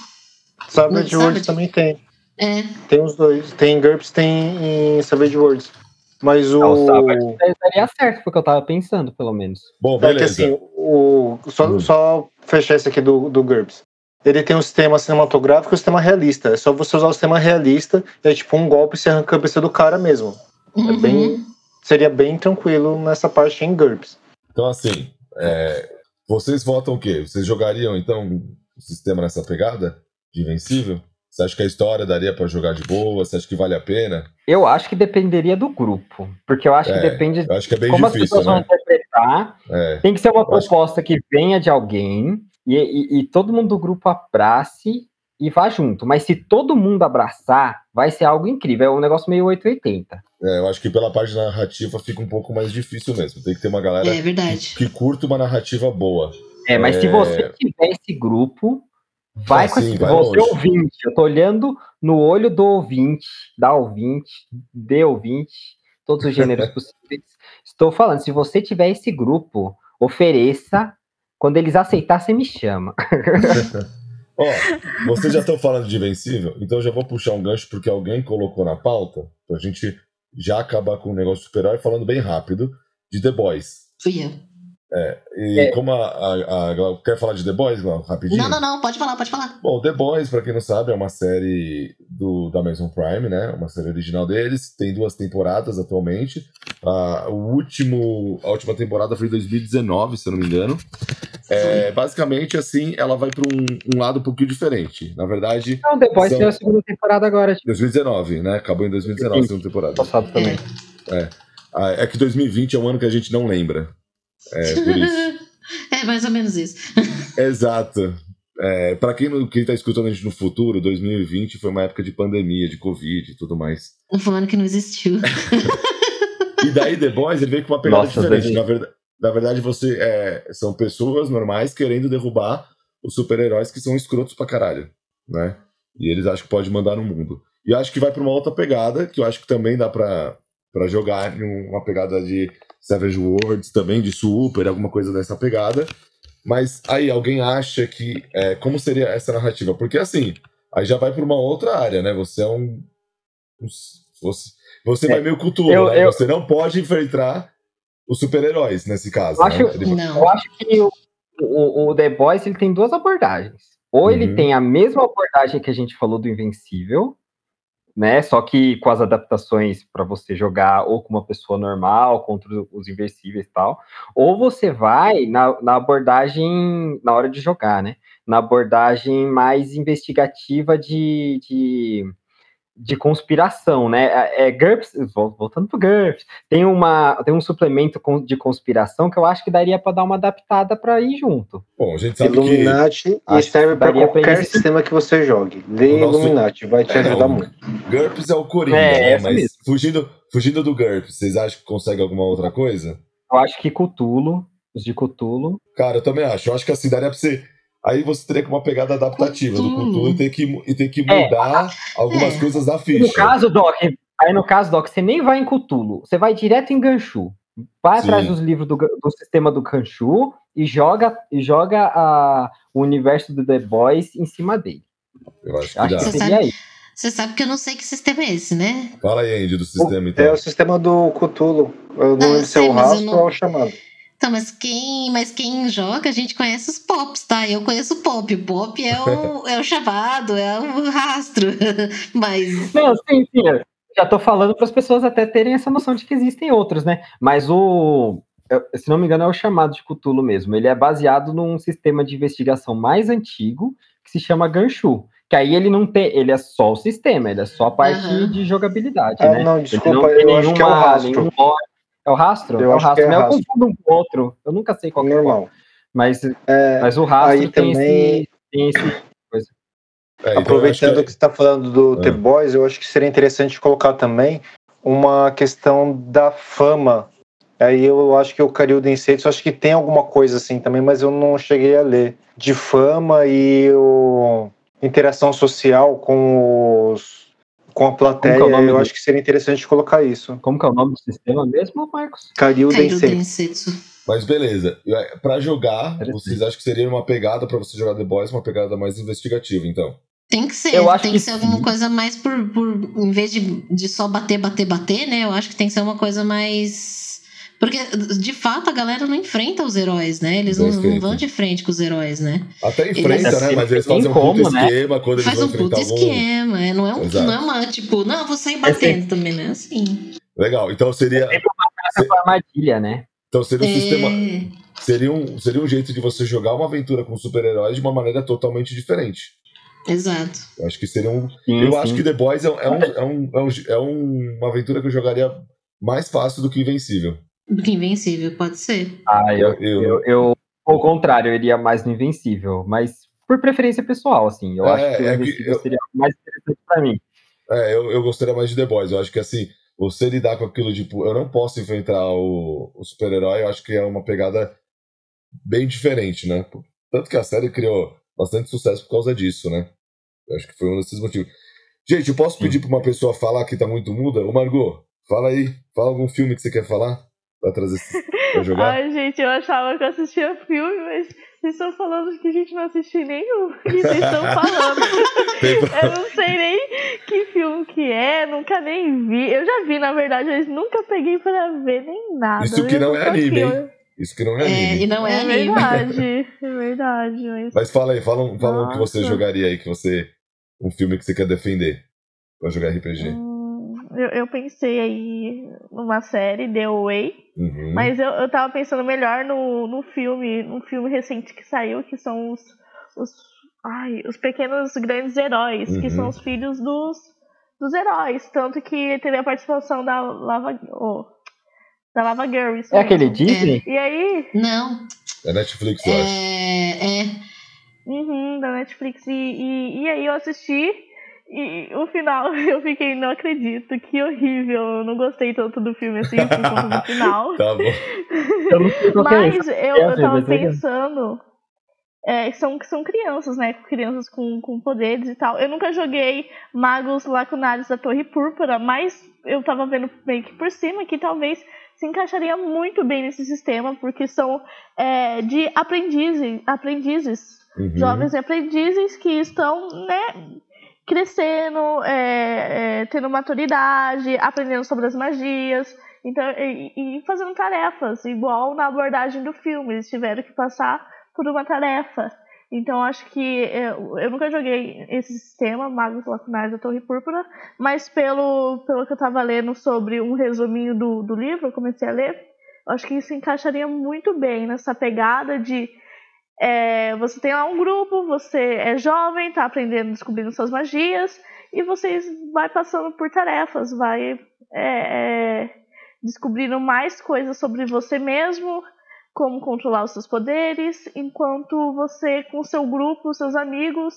Savage Worlds também tem. É. Tem os dois. Tem GURPS, tem em Savage Worlds. Mas o. Não, o Sábado daria certo, porque eu tava pensando, pelo menos. Bom, É que beleza. assim, o... só, Hum. só fechar esse aqui do, do GURPS. Ele tem um sistema cinematográfico e um sistema realista. É só você usar o sistema realista, é tipo um golpe e você arranca a cabeça do cara mesmo. Uhum. É bem, seria bem tranquilo nessa parte em GURPS. Então, assim, é, vocês votam o quê? Vocês jogariam, então, o sistema nessa pegada de Invencível? Você acha que a história daria pra jogar de boa? Você acha que vale a pena? Eu acho que dependeria do grupo. Porque eu acho É, que depende eu acho que é de bem como as difícil, pessoas vão né? interpretar. É, Tem que ser uma eu acho- proposta que venha de alguém e, e- e todo mundo do grupo abrace e vá junto. Mas se todo mundo abraçar, vai ser algo incrível. É um negócio meio oitocentos e oitenta. é, eu acho que pela parte narrativa fica um pouco mais difícil mesmo. Tem que ter uma galera É verdade. que curta uma narrativa boa. É, mas É. se você tiver esse grupo, vai Ah, com sim, esse, vai você longe. ouvinte. Eu tô olhando no olho do ouvinte, da ouvinte, de ouvinte, todos os gêneros possíveis. Estou falando, se você tiver esse grupo, ofereça. Quando eles aceitar, você me chama. Ó, vocês já estão falando de Invencível, então eu já vou puxar um gancho porque alguém colocou na pauta pra gente já acabar com o negócio super-herói falando bem rápido de The Boys. Fui eu. E É. como a, a, a Glau- quer falar de The Boys, Glau, rapidinho? Não, não, não, pode falar, pode falar. Bom, The Boys, pra quem não sabe, é uma série do, da Amazon Prime, né? Uma série original deles. Tem duas temporadas atualmente. Ah, o último, a última temporada foi em dois mil e dezenove, se eu não me engano. É, basicamente, assim, ela vai pra um, um lado um pouquinho diferente. Na verdade, Não, depois São- tem a segunda temporada agora. Tipo, dois mil e dezenove, né? Acabou em dois mil e dezenove, a segunda temporada. passado também. Ah, é que dois mil e vinte é um ano que a gente não lembra. É, por isso. É mais ou menos isso. Exato. É, para quem, não- quem tá escutando a gente no futuro, dois mil e vinte foi uma época de pandemia, de Covid e tudo mais. Foi um ano que não existiu. E daí The Boys, ele veio com uma pegada Nossa, diferente. Davi. Na verdade, na verdade você é, são pessoas normais querendo derrubar os super-heróis que são escrotos pra caralho, né? E eles acham que pode mandar no mundo. E eu acho que vai pra uma outra pegada, que eu acho que também dá pra, pra jogar em uma pegada de Savage Worlds, também de super, alguma coisa dessa pegada. Mas aí, alguém acha que... é, como seria essa narrativa? Porque assim, aí já vai pra uma outra área, né? Você é um... um você você É, vai meio Cthulhu, eu- né? eu- Você não pode enfrentar os super-heróis nesse caso, Eu né? acho- Ele- Não. Eu acho que o, o, o The Boys ele tem duas abordagens. Ou ele Uhum. tem a mesma abordagem que a gente falou do Invencível, né? Só que com as adaptações para você jogar ou com uma pessoa normal contra os Invencíveis e tal. Ou você vai na, na abordagem na hora de jogar, né? Na abordagem mais investigativa de, de, de conspiração, né? É, é GURPS, vol- voltando pro GURPS, tem, uma, tem um suplemento con- de conspiração que eu acho que daria para dar uma adaptada para ir junto. Bom, a gente sabe que... Illuminati e Acho que serve para daria pra qualquer eles- sistema que você jogue. Lê O nosso- Illuminati, vai te É, ajudar não, muito. GURPS é o Coringa, É, né? essa Mas mesmo. fugindo, fugindo do GURPS, vocês acham que consegue alguma outra coisa? Eu acho que Cthulhu, os de Cthulhu, Cara, eu também acho. Eu acho que assim, daria pra você... Aí você teria que uma pegada adaptativa do Cthulhu. Cthulhu e ter que, e ter que É. mudar algumas É. coisas da no ficha. caso, Doc, aí no caso, Doc, você nem vai em Cthulhu, você vai direto em Ganchu. Vai Sim. atrás dos livros do, do sistema do Ganchu e joga, e joga a, o universo do The Boys em cima dele. Eu acho que Acho dá. que Você seria sabe- aí. Você sabe que eu não sei que sistema é esse, né? Fala aí, Andy, do sistema, então. É o sistema do Cthulhu. Eu não Ah, eu lembro se é sei, o mas eu rastro não- ou o chamado. Então, mas quem, mas quem joga, a gente conhece os pops, tá? Eu conheço o pop. O pop é o, é o chamado, é o rastro. Mas Não, sim, sim. eu Já tô falando para as pessoas até terem essa noção de que existem outros, né? Mas o. eu- Se não me engano, é o chamado de Cthulhu mesmo. Ele é baseado num sistema de investigação mais antigo que se chama Ganchu. Que aí ele não tem. Ele é só o sistema, ele é só a parte Aham. de jogabilidade, Ah, né? não, Ele desculpa, tem eu acho que é o nenhuma- rastro. nenhum lore. É o rastro? Eu é o acho que rastro, é né? Eu rastro. confundo um com o outro. Eu nunca sei qual que é qual. Normal. Mas, É, mas o rastro aí tem, também- esse, tem esse. Coisa. É, então eu Aproveitando acho que você está falando do Ah. The Boys, eu acho que seria interessante colocar também uma questão da fama. Aí eu acho que o Karyu Densetsu, acho que tem alguma coisa assim também, mas eu não cheguei a ler. De fama e o... interação social com os... com a plateia, Como que é o nome eu do- acho que seria interessante colocar isso. Como que é o nome do sistema mesmo, Marcos? Karyu Kairu Densetsu. Densetsu. Mas beleza. É, pra jogar, Interessante. vocês acham que seria uma pegada pra você jogar The Boys, uma pegada mais investigativa, então? Tem que ser, Eu acho tem que que ser alguma sim. coisa mais por, por em vez de, de só bater, bater, bater, por em vez de, de só bater, bater, bater, né? Eu acho que tem que ser uma coisa mais... Porque, de fato, a galera não enfrenta os heróis, né? Eles não, não vão de frente com os heróis, né? Até enfrenta, Eles- né? Mas eles Tem fazem um como, puto né? esquema quando eles Faz vão um puta enfrentar algum... esquema, é, não, é um, Exato. não é uma, tipo, não, eu vou sair batendo também, né? Assim. Legal, então seria... Essa foi a armadilha, né? Então seria um É. sistema... Seria um, seria um jeito de você jogar uma aventura com super-heróis de uma maneira totalmente diferente. Exato. Eu acho que seria um... Sim, eu sim. acho que The Boys é, um, é, um, é, um, é, um, é um- uma aventura que eu jogaria mais fácil do que Invencível. Do que Invencível, pode ser. Ah, eu, Eu- eu, eu, ao contrário, eu iria mais no Invencível, mas por preferência pessoal, assim. Eu É, acho que o é que Invencível eu- seria mais interessante pra mim. É, eu, eu gostaria mais de The Boys. Eu acho que assim, você lidar com aquilo, tipo, eu não posso enfrentar o, o super-herói, eu acho que é uma pegada bem diferente, né? Tanto que a série criou bastante sucesso por causa disso, né? Eu acho que foi um desses motivos. Gente, eu posso pedir pra uma pessoa falar que tá muito muda? Ô, Margot, fala aí. Fala algum filme que você quer falar pra trazer pra jogar. Ai, gente, eu achava que eu assistia filme, mas vocês estão falando que a gente não assistiu nenhum. O que vocês estão falando? Tem- Eu não sei nem que filme que é, nunca nem vi. Eu já vi, na verdade, mas nunca peguei pra ver nem nada. Isso que Eu não tô é anime, aqui, hein? Isso que não é É, e anime. não é, É anime. verdade, é verdade. Mas... Mas fala aí, fala, um- fala um que você Nossa. jogaria aí, que você. Um filme que você quer defender pra jogar R P G. Hum, eu, eu pensei aí numa série, The Way, Uhum. mas eu, eu tava pensando melhor no, no filme, no filme recente que saiu, que são os, os, ai, os pequenos grandes heróis, Uhum. que são os filhos dos, dos heróis. Tanto que teve a participação da Lava, oh, da Lava Girl. Isso É aquele mesmo. Disney? E aí, Não, É Netflix, eu acho. é... é uhum, da Netflix, e, e, e aí eu assisti. E o final, eu fiquei, não acredito, que horrível. Eu não gostei tanto do filme assim, por conta do final. Tá bom. Eu não sei qual que é Mas esse. eu, É, eu tava mas legal. pensando. É, são, são crianças, né? Crianças com, com poderes e tal. Eu nunca joguei Magos Lacunares da Torre Púrpura, mas eu tava vendo meio que por cima que talvez se encaixaria muito bem nesse sistema, porque são é, de aprendizes, aprendizes Uhum. jovens aprendizes que estão, né, crescendo, é, é, tendo maturidade, aprendendo sobre as magias, então, e, e fazendo tarefas, igual na abordagem do filme, eles tiveram que passar por uma tarefa. Então, acho que eu, eu nunca joguei esse sistema, Magos Lacunares da Torre Púrpura, mas pelo, pelo que eu estava lendo sobre um resuminho do, do livro, eu comecei a ler, eu acho que isso encaixaria muito bem nessa pegada de É, você tem lá um grupo, você é jovem, está aprendendo, descobrindo suas magias, e você vai passando por tarefas, vai é, é, descobrindo mais coisas sobre você mesmo, como controlar os seus poderes, enquanto você, com seu grupo, seus amigos,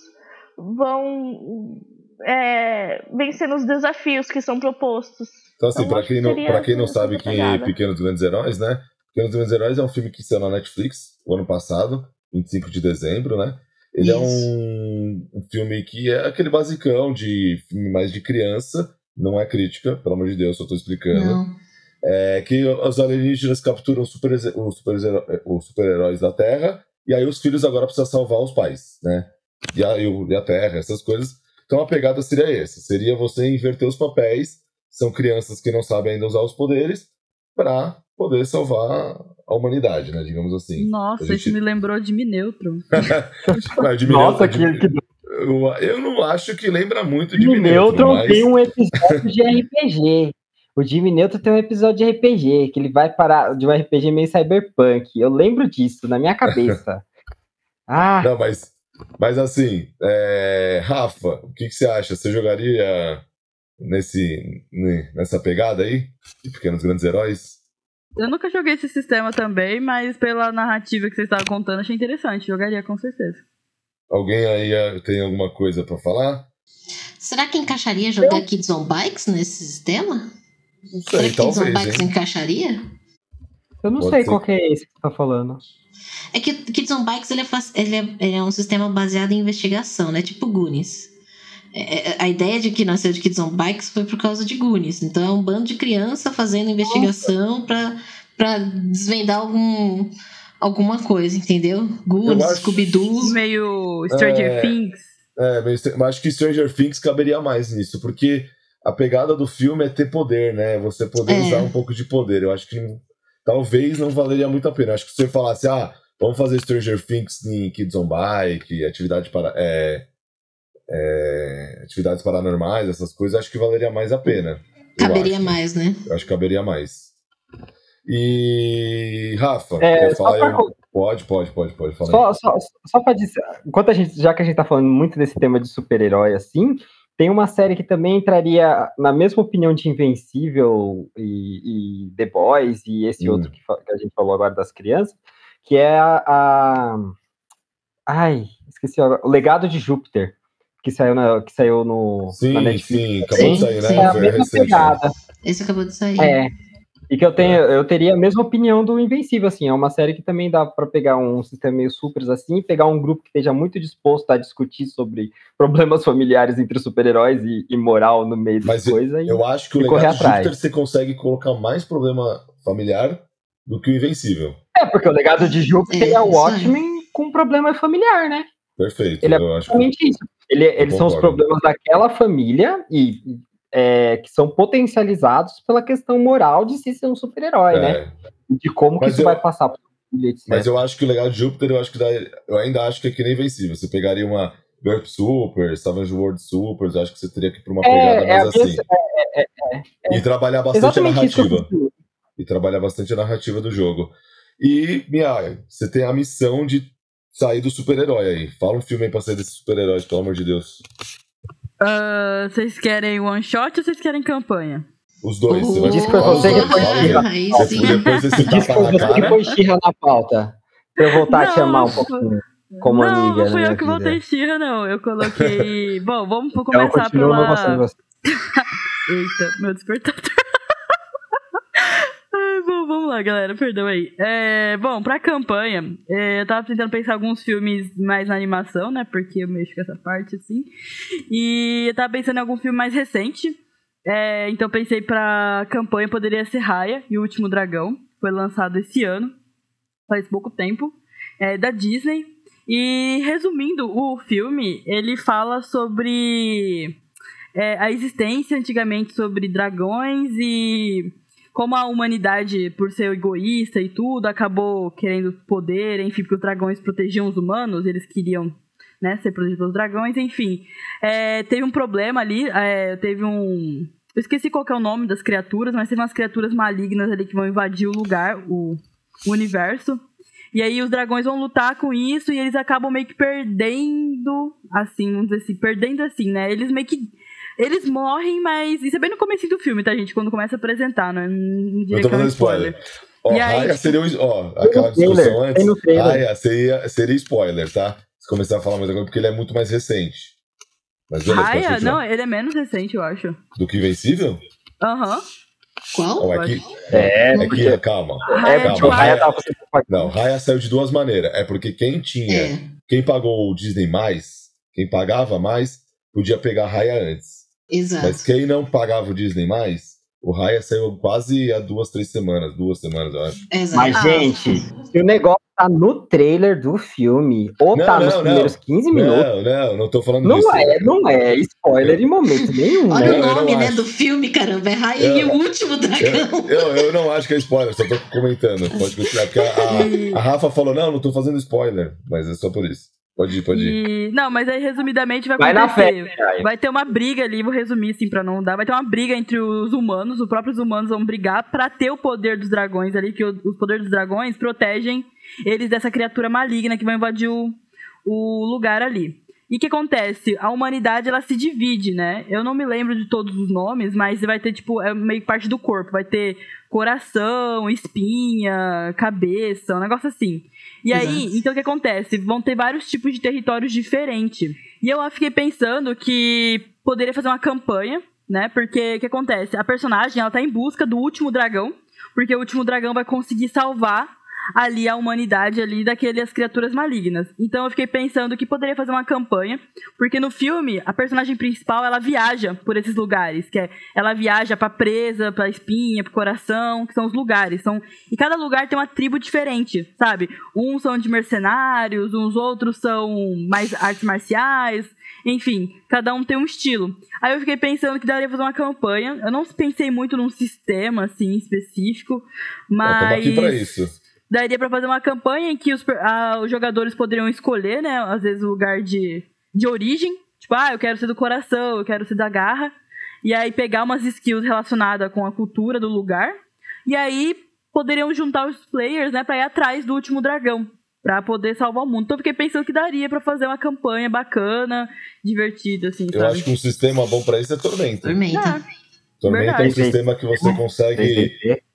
vão é, vencendo os desafios que são propostos. Então, assim, Então, pra acho quem que não, seria pra quem não essa sabe que pegada. Pequenos Grandes Heróis, né? Pequenos Grandes Heróis é um filme que saiu na Netflix o ano passado, vinte e cinco de dezembro, né? Ele é um, um filme que é aquele basicão de filme mais de criança, não é crítica, pelo amor de Deus, só tô explicando. Não. É que os alienígenas capturam os super, os super, os super-heróis da Terra, e aí os filhos agora precisam salvar os pais, né? E a, e o- e a Terra, essas coisas. Então a pegada seria essa, seria você inverter os papéis, são crianças que não sabem ainda usar os poderes, para poder salvar a humanidade, né? Digamos assim. Nossa, A gente- isso me lembrou de Mi Neutron. Mas de Nossa, Jimmy que, Neutron- que eu, eu não acho que lembra muito de Jimmy Jimmy Neutron, Neutron mas... tem um episódio de R P G. O Jimmy Neutron tem um episódio de R P G, que ele vai parar de um R P G meio cyberpunk. Eu lembro disso, na minha cabeça. Ah, Não, mas, mas assim, é, Rafa, o que, que você acha? Você jogaria nesse, ne- nessa pegada aí? De Pequenos Grandes Heróis? Eu nunca joguei esse sistema também, mas pela narrativa que vocês estavam contando, achei interessante. Jogaria com certeza. Alguém aí eh, tem alguma coisa pra falar? Será que encaixaria jogar Kids on Bikes nesse sistema? Não Será sei, que Kids on talvez, Bikes hein? encaixaria? eu não Pode sei ser. qual que é esse que você tá falando. É que o Kids on Bikes ele é, fac- ele é- ele é um sistema baseado em investigação, né? Tipo Goonies. É- é- a ideia de que nasceu de Kids on Bikes foi por causa de Goonies. Então é um bando de criança fazendo investigação pra, pra desvendar algum, alguma coisa, entendeu? Goonies, Eu acho- Scooby-Doo. Meio Stranger É. Things. É, mas acho que Stranger Things caberia mais nisso, porque a pegada do filme é ter poder, né? Você poder É. usar um pouco de poder. Eu acho que não- talvez não valeria muito a pena. Eu acho que se você falasse, ah, vamos fazer Stranger Things em Kids on Bike, atividade para, é, é, atividades paranormais, essas coisas, acho que valeria mais a pena. Eu Caberia acho. mais, né? Eu acho que caberia mais. E, Rafa, É, quer só falar? pra Eu... co- Pode, pode, pode, pode falar. Só, só, só pra dizer, enquanto a gente, já que a gente tá falando muito desse tema de super-herói assim, tem uma série que também entraria na mesma opinião de Invencível e, e The Boys e esse Hum. outro que, fa- que a gente falou agora das crianças, que é a, a- ai, esqueci agora, O Legado de Júpiter, que saiu, na, que saiu no, na Sim, Netflix. sim, acabou de Sim, sair, sim. né? É a Foi mesma recente. né? pegada. Esse acabou de sair. É. E que eu tenho, eu teria a mesma opinião do Invencível, assim, é uma série que também dá pra pegar um sistema meio supers assim, pegar um grupo que esteja muito disposto a discutir sobre problemas familiares entre super-heróis e, e moral no meio das Mas eu, coisas e, eu acho que o e correr Legado de atrás. Júpiter você consegue colocar mais problema familiar do que o Invencível. É, porque o Legado de Júpiter É, é o isso é. Watchmen com problema familiar, né? Perfeito. Ele é eu acho que basicamente isso. Ele, eles são os concordo. problemas daquela família e é, que são potencializados pela questão moral de se ser um super-herói, né? é, E de como que Mas isso eu- vai passar por família, etcétera. Mas eu acho que o Legado de Júpiter, eu acho que dá, eu ainda acho que é que nem Invencível. Você pegaria uma Burp Super, Savage World Super, eu acho que você teria que ir pra uma pegada É, é, a mais assim. mesma- é, E trabalhar bastante a exatamente isso que eu narrativa. fiz. E trabalhar bastante a narrativa do jogo. E, Mia, você tem a missão de sair do super-herói aí. Fala um filme aí pra sair desse super-herói, pelo amor de Deus. Ah, vocês querem one shot ou vocês querem campanha? Os dois. Você vai Diz que foi fala os você que dois, foi fala os Xirra. dois. Aí Depois- sim. Depois desse Diz que tapa foi na você que cara. foi Xirra na pauta. Pra eu voltar a te Não, amar um foi- pouquinho. Como não, amiga não na fui minha eu que vida. voltei Xirra, não. Eu coloquei. Bom, vamos Então, começar continua não gostando de pela. você. Eita, meu despertador. Ai, bom, vamos lá, galera, perdão aí. É, bom, pra campanha, é, eu tava tentando pensar alguns filmes mais na animação, né? Porque eu mexo com essa parte, assim. E eu tava pensando em algum filme mais recente. É, então pensei pra campanha poderia ser Raya e o Último Dragão. Foi lançado esse ano, faz pouco tempo, é, da Disney. E resumindo, o filme, ele fala sobre é, a existência antigamente sobre dragões e como a humanidade, por ser egoísta e tudo, acabou querendo poder, enfim, porque os dragões protegiam os humanos, eles queriam, né, ser protegidos pelos dragões, enfim. É, teve um problema ali, é, teve um... Eu esqueci qual que é o nome das criaturas, mas teve umas criaturas malignas ali que vão invadir o lugar, o, o universo. E aí os dragões vão lutar com isso e eles acabam meio que perdendo, assim, vamos dizer assim, perdendo assim, né? Eles meio que... Eles morrem, mas... Isso é bem no começo do filme, tá, gente? Quando começa a apresentar, né? Não diria Eu tô que é um fazendo spoiler. Ó, E aí, Raya tipo- seria o. Ó, aquela Tem no discussão trailer, antes. tem no trailer. Raya seria, seria spoiler, tá? Se começar a falar mais agora, porque ele é muito mais recente. Mas beleza, pode Raya? continuar. Não, ele é menos recente, eu acho. Do que Invencível? Aham. Qual? Ó, é que, É, é que, calma. Raya, calma, tipo, o Raya Raya- tava fazendo Não, Raya saiu de duas maneiras. É porque quem tinha. É, Quem pagou o Disney mais, quem pagava mais, podia pegar Raya antes. exato. Mas quem não pagava o Disney mais, o Raya saiu quase há duas, três semanas. Duas semanas, eu acho. Exato. Mas, Ah, gente, se o negócio tá no trailer do filme, ou Não, tá não, nos não. primeiros quinze minutos, Não, não, não tô falando não disso. é, não é spoiler em momento nenhum, Olha né? Não, o eu nome, não né, acho. do filme, caramba. É Raya Eu- e o Último Dragão. Eu, eu, eu não acho que é spoiler, só tô comentando. Pode continuar, porque a, a, a Rafa falou, não, não tô fazendo spoiler. Mas é só por isso. Pode ir, pode ir. E... Não, mas aí, resumidamente, vai Vai na fé, acontecer. Raya. Vai ter uma briga ali, vou resumir assim pra não dar. Vai ter uma briga entre os humanos, os próprios humanos vão brigar pra ter o poder dos dragões ali, que o- os poderes dos dragões protegem eles dessa criatura maligna que vai invadir o, o lugar ali. E o que acontece? A humanidade, ela se divide, né? Eu não me lembro de todos os nomes, mas vai ter, tipo, é meio que parte do corpo. Vai ter coração, espinha, cabeça, um negócio assim. E aí, Exato. então o que acontece? Vão ter vários tipos de territórios diferentes. E eu fiquei pensando que poderia fazer uma campanha, né? Porque o que acontece? A personagem, ela tá em busca do último dragão, porque o último dragão vai conseguir salvar ali a humanidade ali daquelas criaturas malignas. Então eu fiquei pensando que poderia fazer uma campanha, porque no filme a personagem principal ela viaja por esses lugares, que é ela viaja pra presa, pra espinha, pro coração, que são os lugares, são e cada lugar tem uma tribo diferente, sabe? Uns são de mercenários, uns outros são mais artes marciais, enfim, cada um tem um estilo. Aí eu fiquei pensando que daria pra fazer uma campanha. Eu não pensei muito num sistema assim específico, mas Eu tô aqui pra isso. Daria pra fazer uma campanha em que os, ah, os jogadores poderiam escolher, né? Às vezes o lugar de, de origem. Tipo, ah, eu quero ser do coração, eu quero ser da garra. E aí pegar umas skills relacionadas com a cultura do lugar. E aí poderiam juntar os players, né? Pra ir atrás do último dragão. Pra poder salvar o mundo. Então eu fiquei pensando que daria pra fazer uma campanha bacana, divertida, assim, Eu sabe? acho que um sistema bom pra isso é Tormenta. Tormenta. É, Tormenta é um verdade. sistema que você consegue... três D T.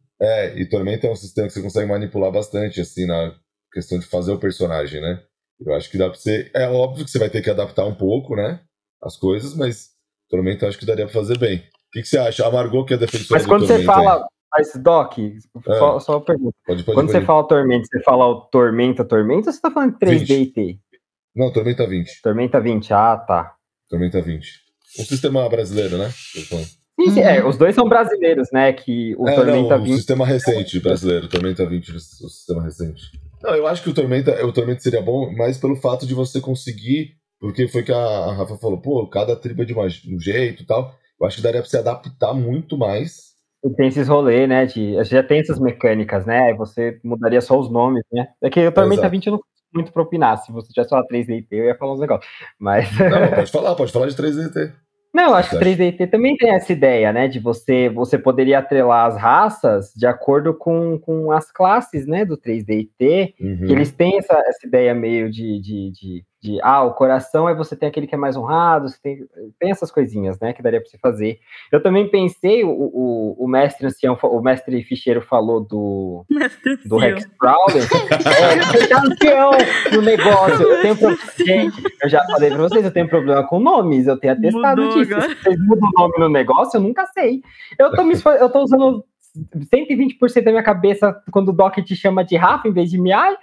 É, e Tormenta é um sistema que você consegue manipular bastante, assim, na questão de fazer o personagem, né? Eu acho que dá pra você... É óbvio que você vai ter que adaptar um pouco, né? As coisas, mas Tormenta eu acho que daria pra fazer bem. O que, que você acha? A Margot, que é defensora Mas do quando Tormenta... você fala. Mas, Doc, só, É. só uma pergunta. Pode, pode, Quando pode. você fala Tormenta, você fala o Tormenta, Tormenta, ou você tá falando três D e T? Não, Tormenta vinte. Tormenta vinte, ah, tá. Tormenta vinte. Um sistema brasileiro, né? Eu tô falando. Sim, sim, é, os dois são brasileiros, né? Que o é, Tormenta não, o vinte. sistema recente brasileiro, Tormenta vinte, o sistema recente. Não, eu acho que o Tormenta, o Tormenta seria bom, mas pelo fato de você conseguir, porque foi que a, a Rafa falou, pô, cada tribo é de uma- um jeito e tal, eu acho que daria pra você adaptar muito mais. E tem esses rolês, né? De, já tem essas mecânicas, né? Aí você mudaria só os nomes, né? É que o Tormenta Exato. vinte eu não consigo muito pra opinar. Se você tivesse falado três D e T, eu ia falar uns negócios. Mas. Não, pode falar, pode falar de três D T. Não, eu acho que o Certo. três D T também tem essa ideia, né? De você, você poderia atrelar as raças de acordo com, com as classes, né? Do três D T. Uhum. Que eles têm essa, essa ideia meio de, de, de, de, ah, o coração é você tem aquele que é mais honrado, você tem, tem essas coisinhas, né? Que daria pra você fazer. Eu também pensei, o, o, o mestre ancião, o mestre ficheiro falou do, Mestre do Ancião. Hexcrawler. É, eu sou ancião no negócio. Eu tenho pro... Gente, eu já falei pra vocês, eu tenho problema com nomes, eu tenho atestado Mudou disso. agora. Se vocês mudam o nome no negócio, eu nunca sei. Eu tô, me esfor... eu tô usando cento e vinte por cento da minha cabeça quando o Doc te chama de Rafa em vez de Miai.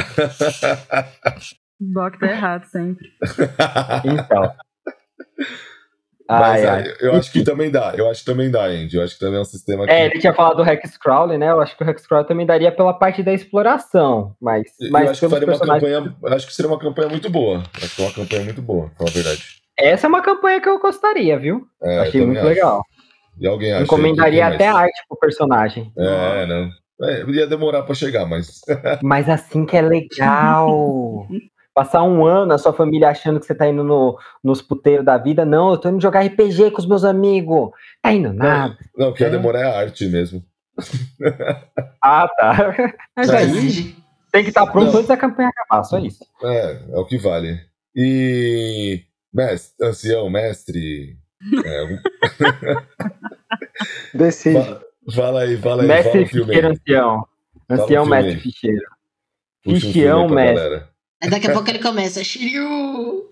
O Doc tá errado sempre. Então. Mas Ai, é, ai. eu acho que também dá, eu acho que também dá, Andy. Eu acho que também é um sistema que... É, ele tinha falado do Hexcrawler, né? Eu acho que o Hexcrawler também daria pela parte da exploração, mas, Eu mas acho que pelos faria uma personagens. campanha. Eu acho que seria uma campanha muito boa. Acho que é uma campanha muito boa, pra falar a verdade. Essa é uma campanha que eu gostaria, viu? É, eu Achei também muito acho. legal. E alguém acha? Encomendaria aí que até tem a mais? arte pro personagem. É, não. É, ia demorar pra chegar, mas. Mas assim que é legal. Passar um ano a sua família achando que você tá indo no, nos puteiros da vida. Não, eu tô indo jogar R P G com os meus amigos. Tá indo nada. Não, o que ia É. demorar é a arte mesmo. Ah, tá. Mas É. aí tem que estar pronto Não. antes da campanha acabar, só isso. É, é o que vale. E. Mestre, ancião, mestre. É, algum- Decide. fa- fala aí, fala aí, fala Mestre o filme Ficheiro aí. Ancião. Fala Ancião, o filme Mestre aí. Ficheiro. Puxa um filme Fichião, aí pra mestre. galera. Aí daqui a pouco ele começa, Shiryu!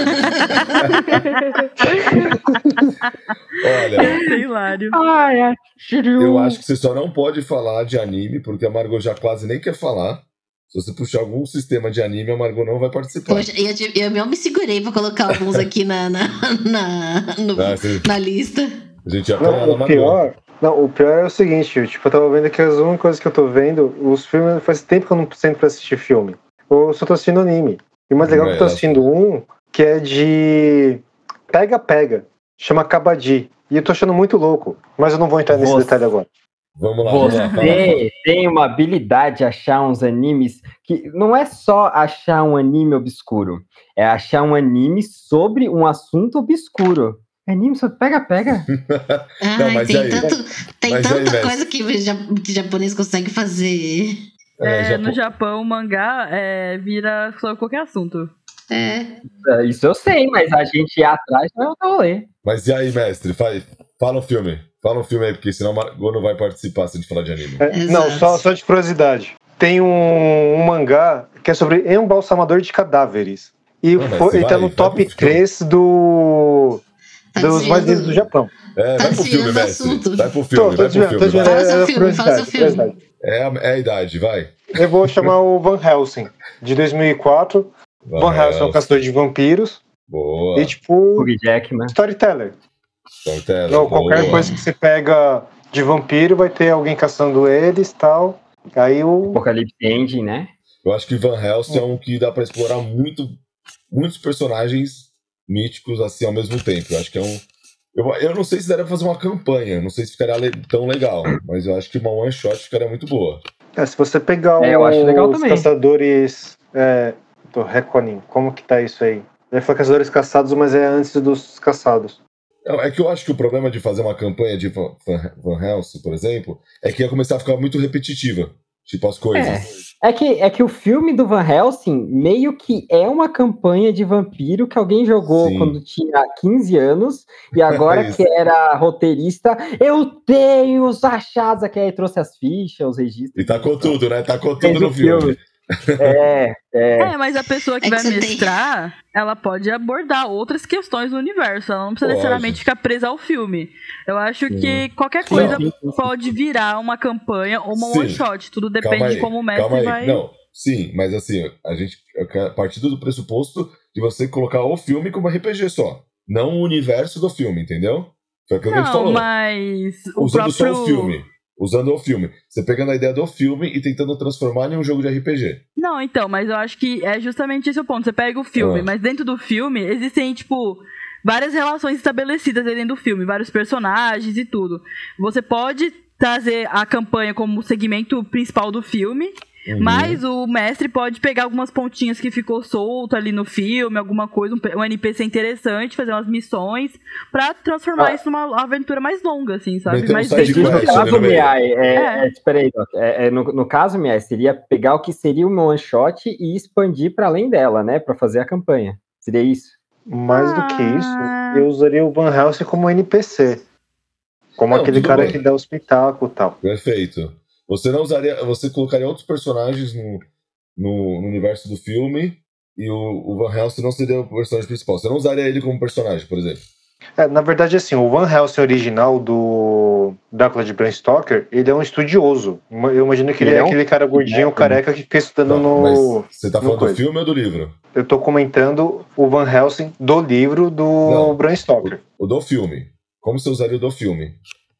Olha, É hilário. Ai, ai. Shiryu. eu acho que você só não pode falar de anime, porque a Margot já quase nem quer falar. Se você puxar algum sistema de anime, a Margot não vai participar. Poxa, e eu, eu, eu me segurei pra colocar alguns aqui na, na, na, no- Ah, você- na lista. a gente ia falar Não, da o Margot. pior, não, o pior é o seguinte, tipo, eu tava vendo que as únicas coisas que eu tô vendo, os filmes, faz tempo que eu não sento pra assistir filme. Eu só tô assistindo anime. E o mais legal é que eu tô É, assistindo um que é de pega-pega, chama Kabaddi. E eu tô achando muito louco, mas eu não vou entrar nesse Você- detalhe agora. Vamos lá, vamos lá. Fala, fala. Você tem uma habilidade de achar uns animes que não é só achar um anime obscuro, é achar um anime sobre um assunto obscuro. Anime sobre pega-pega. Ai, mas tem, e aí? tanto, tem Mas e aí, tanta Messi? coisa que o ja- que japonês consegue fazer. É, É, já no po- Japão, o mangá é, vira sobre qualquer assunto. É. É, Isso eu sei, mas a gente ir atrás não é o rolê. Mas e aí, mestre? Fala, fala um filme. Fala um filme aí, porque senão a Margot não vai participar se a gente falar de anime. É, Exato. não, só, só de curiosidade. Tem um, um mangá que é sobre embalsamador de cadáveres. E Não, mas foi- ele tá vai, no vai top pro filme. três do, Tá dos mais desviando- lindos do Japão. É, Tá vai pro filme, desviando o mestre. assunto. Vai pro Tô, filme, tô vai pro desviando, tô filme. desviando. vai. Fala seu é, é filme, fala seu curiosidade, filme. curiosidade. É a, é a idade, vai. Eu vou chamar o Van Helsing, de dois mil e quatro. Van, Van Helsing é um caçador de vampiros. Boa. E tipo, Hugh Jackman. Storyteller. Storyteller. Não, qualquer boa. coisa que você pega de vampiro vai ter alguém caçando eles e tal. Aí o. Apocalipse Ending, né? Eu acho que Van Helsing é um que dá pra explorar muito, muitos personagens míticos assim ao mesmo tempo. Eu acho que é um. Eu, eu não sei se daria pra fazer uma campanha, não sei se ficaria le- tão legal, mas eu acho que uma one shot ficaria muito boa. É, se você pegar É, eu acho legal os também. caçadores. É, tô reckoning, como que tá isso aí? Ele foi caçadores caçados, mas é antes dos caçados. É é que eu acho que o problema de fazer uma campanha de Van, Van, Van Helsing, por exemplo, é que ia começar a ficar muito repetitiva. Tipo, as coisas. É, é, que, é que o filme do Van Helsing meio que é uma campanha de vampiro que alguém jogou Sim. quando tinha quinze anos e agora Isso. que era roteirista, eu tenho os achados aqui, aí trouxe as fichas, os registros. E tacou tudo, né? Tacou Fez tudo o no filme. É, é. É, mas a pessoa que É que vai você tem- mestrar, ela pode abordar outras questões do universo. Ela não precisa Pode. necessariamente ficar presa ao filme. Eu acho Sim. que qualquer Sim, coisa sim, sim, sim. pode virar uma campanha ou uma Sim. one shot. Tudo Calma depende aí, de como o calma mestre aí. vai. Não, sim, mas assim, a gente eu quero partir do pressuposto de você colocar o filme como R P G só, não o universo do filme, entendeu? Foi aquilo que a gente Não, falou. mas o Usando próprio... só o filme. Usando o filme. Você pegando a ideia do filme e tentando transformar em um jogo de R P G. Não, então, mas eu acho que é justamente esse o ponto. Você pega o filme, Ah. mas dentro do filme existem, tipo, várias relações estabelecidas dentro do filme, vários personagens e tudo. Você pode trazer a campanha como o segmento principal do filme, Uhum. mas o mestre pode pegar algumas pontinhas que ficou solto ali no filme, alguma coisa, um, pe- um N P C interessante, fazer umas missões, pra transformar Ah. isso numa aventura mais longa, assim, sabe? Meter um Mais side dentro do quest, No né, caso, no meio. Miai, é, É. é, espera aí, Doc, é, é, no, no caso, Miai, seria pegar o que seria uma one shot e expandir para além dela, né? Para fazer a campanha. Seria isso? Mais do que isso, Ah. eu usaria o Van Helsing como N P C. Como Não, aquele tudo cara bem. que dá o espetáculo e tal. Perfeito. Você não usaria. Você colocaria outros personagens no, no, no universo do filme e o, o Van Helsing não seria o personagem principal. Você não usaria ele como personagem, por exemplo. É, na verdade, assim, o Van Helsing original do Drácula de Bram Stoker, ele é um estudioso. Eu imagino que ele, Ele é é um- aquele cara gordinho, É, careca, que fica estudando Não, no... mas você tá no falando do coisa. filme ou do livro? Eu tô comentando o Van Helsing do livro do Não. Bram Stoker. O do filme. Como você usaria o do filme?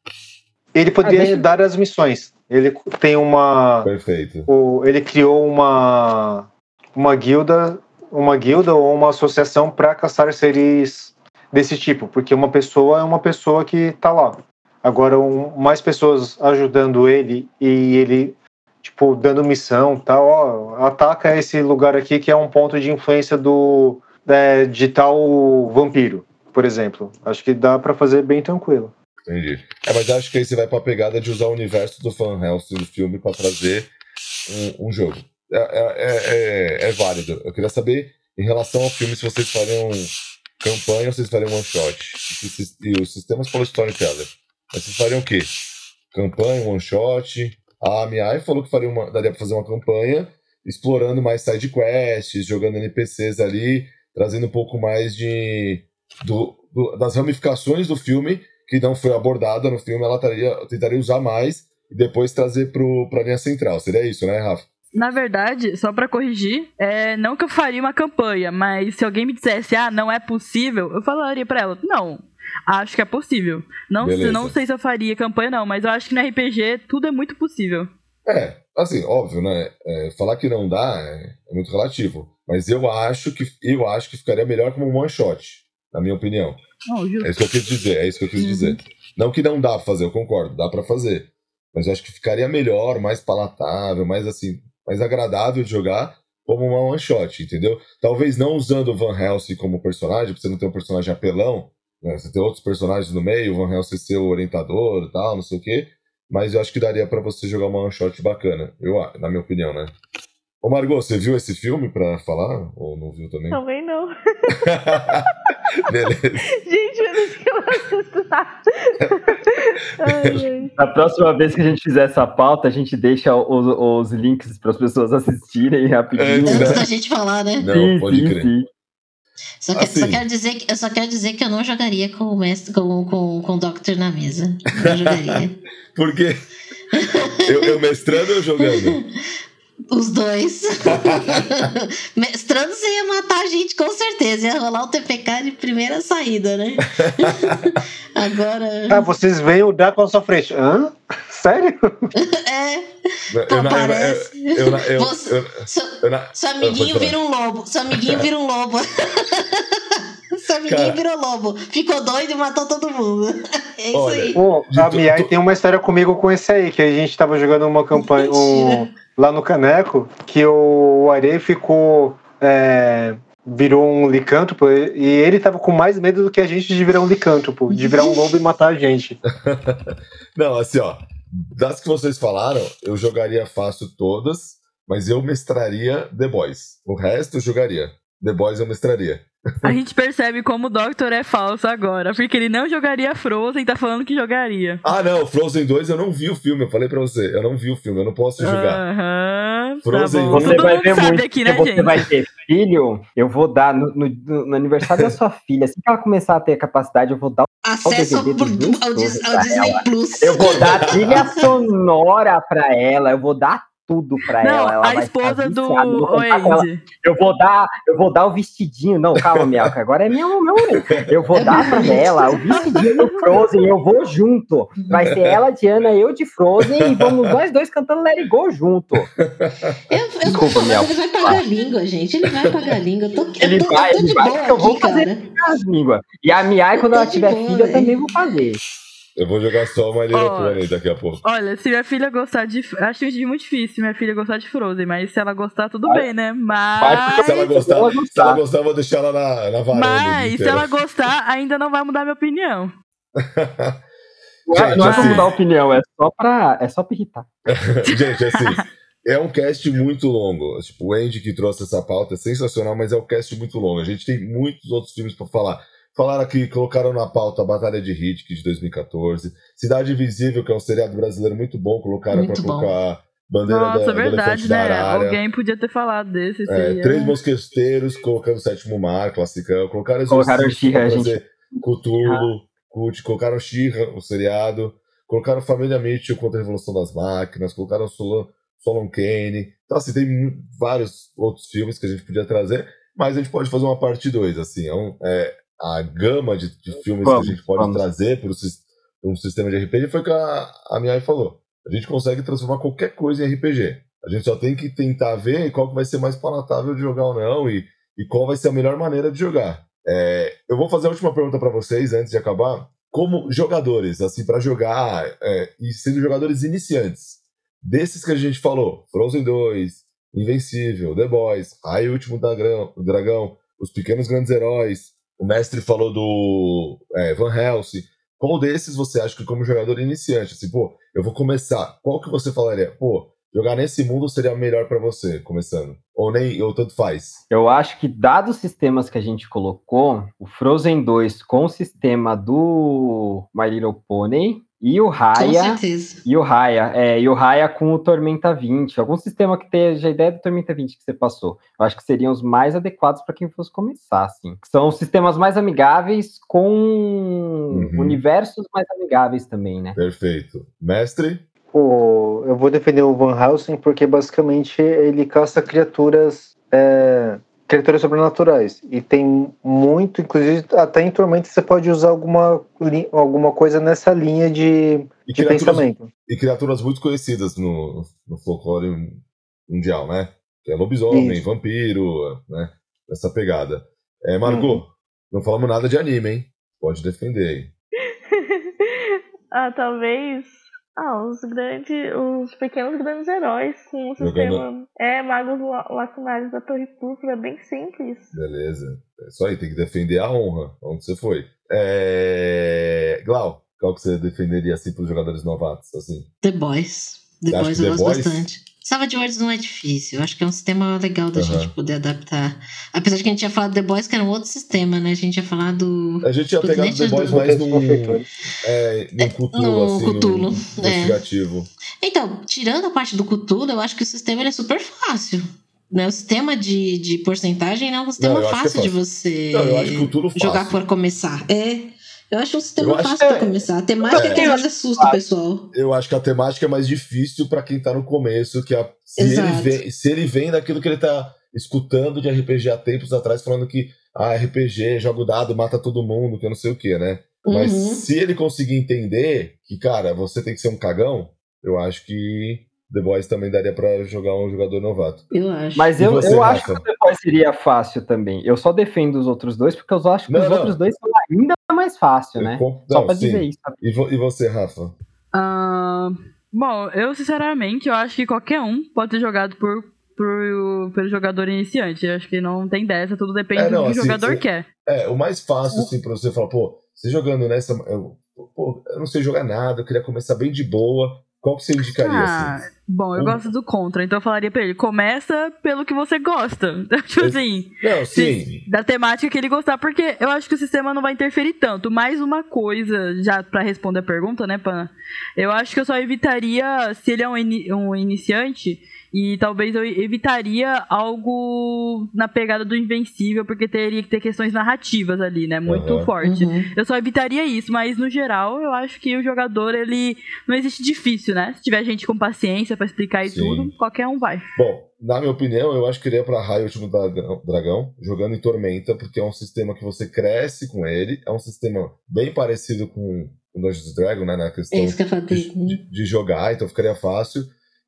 Ele poderia Ah, deixa- dar as missões. Ele tem uma... Perfeito. o- ele criou uma... uma guilda, uma guilda ou uma associação para caçar seres desse tipo, porque uma pessoa é uma pessoa que tá lá. Agora, um, mais pessoas ajudando ele e ele, tipo, dando missão, tal, ó, ataca esse lugar aqui que é um ponto de influência do é, de tal vampiro, por exemplo. Acho que dá para fazer bem tranquilo. Entendi. É, mas acho que aí você vai pra pegada de usar o universo do Van Helsing do filme pra trazer um, um jogo. É, é, é, é válido. Eu queria saber, em relação ao filme, se vocês fariam campanha ou vocês fariam one shot. E, se- e os sistemas para o storyteller. Mas vocês fariam o quê? Campanha, one shot. A Miai falou que faria uma, daria pra fazer uma campanha explorando mais side quests, jogando N P Cs ali, trazendo um pouco mais de do, do- das ramificações do filme que não foi abordada no filme, ela taria, tentaria usar mais e depois trazer pro, pra linha central. Seria isso, né, Rafa? Na verdade, só pra corrigir, é, não que eu faria uma campanha, mas se alguém me dissesse, ah, não é possível, eu falaria pra ela, não, acho que é possível. Não, Beleza. não sei se eu faria campanha, não, mas eu acho que no R P G tudo é muito possível. É, assim, óbvio, né? É, falar que não dá é, é muito relativo. Mas eu acho que eu acho que ficaria melhor como um one shot, na minha opinião. Não, justo. É isso que eu quis dizer, é isso que eu quis Uhum. dizer. Não que não dá pra fazer, eu concordo, dá pra fazer. Mas eu acho que ficaria melhor, mais palatável, mais assim, mais agradável de jogar como uma one shot, entendeu? Talvez não usando o Van Helsing como personagem, pra você não ter um personagem apelão, né? Você ter outros personagens no meio, o Van Helsing ser o orientador e tal, não sei o quê. Mas eu acho que daria pra você jogar uma one shot bacana, eu, na minha opinião, né? Ô Margot, você viu esse filme pra falar? Ou não viu também? Também não. Beleza. Gente, eu não sei eu assisto nada. Ai, ai. Na próxima vez que a gente fizer essa pauta, a gente deixa os, os links para as pessoas assistirem rapidinho. É, Antes né? da gente falar, né? Não, Sim, pode sim, crer. sim. Só, que, Assim. só quero dizer que, eu só quero dizer que eu não jogaria com o mestre, com, com, com o Doctor na mesa. Não jogaria. Por quê? Eu, eu mestrando ou jogando? Os dois. Mestrando, você ia matar a gente com certeza. Ia rolar o T P K de primeira saída, né? Agora. Ah, vocês veem o Draco à sua frente. Hã? Sério? É. Eu, eu, parece. Eu, eu, eu, Você, eu, seu, eu, eu, seu amiguinho vira um lobo. Seu amiguinho vira um lobo. Seu amiguinho Cara, virou lobo. Ficou doido e matou todo mundo. É isso olha, aí. Pô, a Miai tem uma história comigo com esse aí, que a gente tava jogando uma campanha um, lá no Caneco, que o Arei ficou. É, virou um licântropo e ele tava com mais medo do que a gente de virar um licântropo, de virar um lobo e matar a gente. Não, assim, ó. Das que vocês falaram, eu jogaria fácil todas, mas eu mestraria The Boys. O resto eu jogaria. The Boys eu mestraria. A gente percebe como o Doctor é falso agora, porque ele não jogaria Frozen e tá falando que jogaria. Ah, não, Frozen dois eu não vi o filme, eu falei pra você, eu não vi o filme, eu não posso julgar. Aham, Frozen tá um, bom. Você Todo vai mundo ver sabe muito, aqui, né, você gente? vai ter filho, eu vou dar no, no, no aniversário da sua filha, assim que ela começar a ter capacidade, eu vou dar Acesso ao, D V D dos ao, dois ao pra Disney ela. Plus. Eu vou dar trilha sonora pra ela, eu vou dar tudo pra Não, ela. ela a vai esposa ficar do viciada, eu vou contar com ela. Andy. Eu vou dar, eu vou dar o vestidinho. Não, calma, Mielka, agora é meu, meu. Eu vou dar pra ela o vestidinho do Frozen, eu vou junto. Vai ser ela, Diana, eu de Frozen e vamos nós dois cantando Let It Go junto. Eu, eu Desculpa, tô falando, Mel. ele vai pagar a língua, gente. Ele vai pagar a língua. Eu tô, eu Ele tô, vai, eu tô ele de vai, boa porque eu vou aqui, fazer cara. as línguas. E a Miai, quando Eu tô ela de tiver boa, filha, eu hein? também vou fazer. Eu vou jogar só uma Little Ó, Pony daqui a pouco. Olha, se minha filha gostar de... Acho muito difícil minha filha gostar de Frozen, mas se ela gostar, tudo Vai. bem, né? Vai, Mas... Se ela gostar, ela se ela gostar. gostar, eu vou deixar ela na, na varanda. o dia Mas se inteiro. ela gostar, ainda não vai mudar minha opinião. Não é, Gente, não é pra assim- mudar a opinião, é só pra, é só pra irritar. Gente, assim, é um cast muito longo. Tipo, o Andy que trouxe essa pauta é sensacional, mas é um cast muito longo. A gente tem muitos outros filmes pra falar. Falaram aqui, colocaram na pauta a Batalha de Riddick de dois mil e catorze. Cidade Invisível, que é um seriado brasileiro muito bom, colocaram Muito pra bom. colocar Bandeira Nossa, da, do verdade, Elefante da né? Arara. Alguém podia ter falado desse. É, seria- Três Mosqueteiros, colocando o Sétimo Mar, classicão. Colocaram Colocaram Exorcista She-Ra, pra gente. trazer Cthulhu, Cult, colocaram She-Ra, o seriado. Colocaram Família Mitchell contra a Revolução das Máquinas. Colocaram Solon, Solon Kane. Então, assim, tem mu- vários outros filmes que a gente podia trazer. Mas a gente pode fazer uma parte dois, assim. É, um, é a gama de, de filmes Vamos, que a gente pode vamos. trazer para um sistema de R P G foi o que a, a Miai falou. A gente consegue transformar qualquer coisa em R P G. A gente só tem que tentar ver qual que vai ser mais palatável de jogar ou não e, e qual vai ser a melhor maneira de jogar. É, eu vou fazer a última pergunta para vocês antes de acabar. Como jogadores, assim, para jogar é, e sendo jogadores iniciantes, desses que a gente falou, Frozen dois, Invencível, The Boys, Raio Último Dragão, Dragão, Os Pequenos Grandes Heróis, o mestre falou do é, Van Helsing. Qual desses você acha que como jogador iniciante, assim, pô, eu vou começar, qual que você falaria? Pô, jogar nesse mundo seria melhor pra você, começando? Ou nem, ou tanto faz? Eu acho que, dados os sistemas que a gente colocou, o Frozen dois com o sistema do My Little Pony e o Com Raya. certeza. E o Raya, é, e o Raya com o Tormenta vinte. Algum sistema que esteja a ideia do Tormenta vinte que você passou. Eu acho que seriam os mais adequados para quem fosse começar, assim. São os sistemas mais amigáveis com Uhum. universos mais amigáveis também, né? Perfeito. Mestre? Pô, eu vou defender o Van Helsing porque basicamente ele caça criaturas é, criaturas sobrenaturais e tem muito, inclusive até em Tormenta você pode usar alguma, li- alguma coisa nessa linha de, E de criaturas, pensamento. e criaturas muito conhecidas no, no folclore mundial, né? Que é lobisomem, Isso. vampiro, né? Essa pegada. É, Margot, Uhum. não falamos nada de anime, hein? Pode defender aí. Ah, talvez. Ah, os grandes. Os pequenos grandes heróis com o Jogando- sistema. É, Magos La- Lacunares da Torre Púrpura, é bem simples. Beleza. É isso aí, tem que defender a honra. Onde você foi? É... Glau, qual que você defenderia assim para os jogadores novatos? Assim? The Boys. The Você acha Boys que eu The gosto Boys? bastante. Savage Worlds não é difícil. Eu acho que é um sistema legal da Aham. gente poder adaptar. Apesar de que a gente tinha falado The Boys, que era um outro sistema, né? A gente ia falar do. A gente ia do pegar Tenet The Boys do- mais Contexto num, conflituoso. é, num Cthulhu, no assim, Cthulhu, num é. investigativo. Então, tirando a parte do Cthulhu, eu acho que o sistema ele é super fácil. Né? O sistema de, de porcentagem não é um sistema Não, eu acho que é fácil de fácil. você Não, eu acho Cthulhu fácil. jogar por começar. É. Eu acho um sistema Eu acho fácil que- pra começar. A temática É. que mais assusta o pessoal. Eu acho que a temática é mais difícil pra quem tá no começo, que a, se, ele Exato. vem, se ele vem daquilo que ele tá escutando de R P G há tempos atrás, falando que ah, R P G, joga o dado, mata todo mundo, que eu não sei o que, né? Mas Uhum. se ele conseguir entender que, cara, você tem que ser um cagão, eu acho que The Boys também daria pra jogar um jogador novato. Eu acho. Mas E eu, você, eu acho Rafa? que o The Boys seria fácil também. Eu só defendo os outros dois porque eu acho que Não, os não. outros dois são ainda mais fácil, Eu né? com- Só não, pra sim. dizer isso. Sabe? E, vo- e você, Rafa? Ah, bom, eu sinceramente eu acho que qualquer um pode ser jogado por, por, pelo jogador iniciante. Eu acho que não tem dessa, tudo depende É, não, do que assim, o jogador cê- quer. É, o mais fácil, assim, pra você falar, pô, você jogando nessa. Eu, pô, eu não sei jogar nada, eu queria começar bem de boa. Qual que você indicaria, Ah, assim? bom, eu Um- gosto do contra, então eu falaria pra ele, começa pelo que você gosta. Tipo Esse- assim, Não, sim. se- da temática que ele gostar, porque eu acho que o sistema não vai interferir tanto. Mais uma coisa, já pra responder a pergunta, né, Pan? Eu acho que eu só evitaria, se ele é um, ini- um iniciante, e talvez eu evitaria algo na pegada do Invencível, porque teria que ter questões narrativas ali, né, muito Aham. forte. Uhum. Eu só evitaria isso, mas no geral eu acho que o jogador, ele não existe difícil, né? Se tiver gente com paciência pra explicar e Sim. tudo, qualquer um vai. Bom, na minha opinião, eu acho que iria pra Raio Último Dragão, Dragão, jogando em Tormenta, porque é um sistema que você cresce com ele, é um sistema bem parecido com o Dungeons and Dragons, né, na questão É isso que eu falei. de, de- de jogar, então ficaria fácil.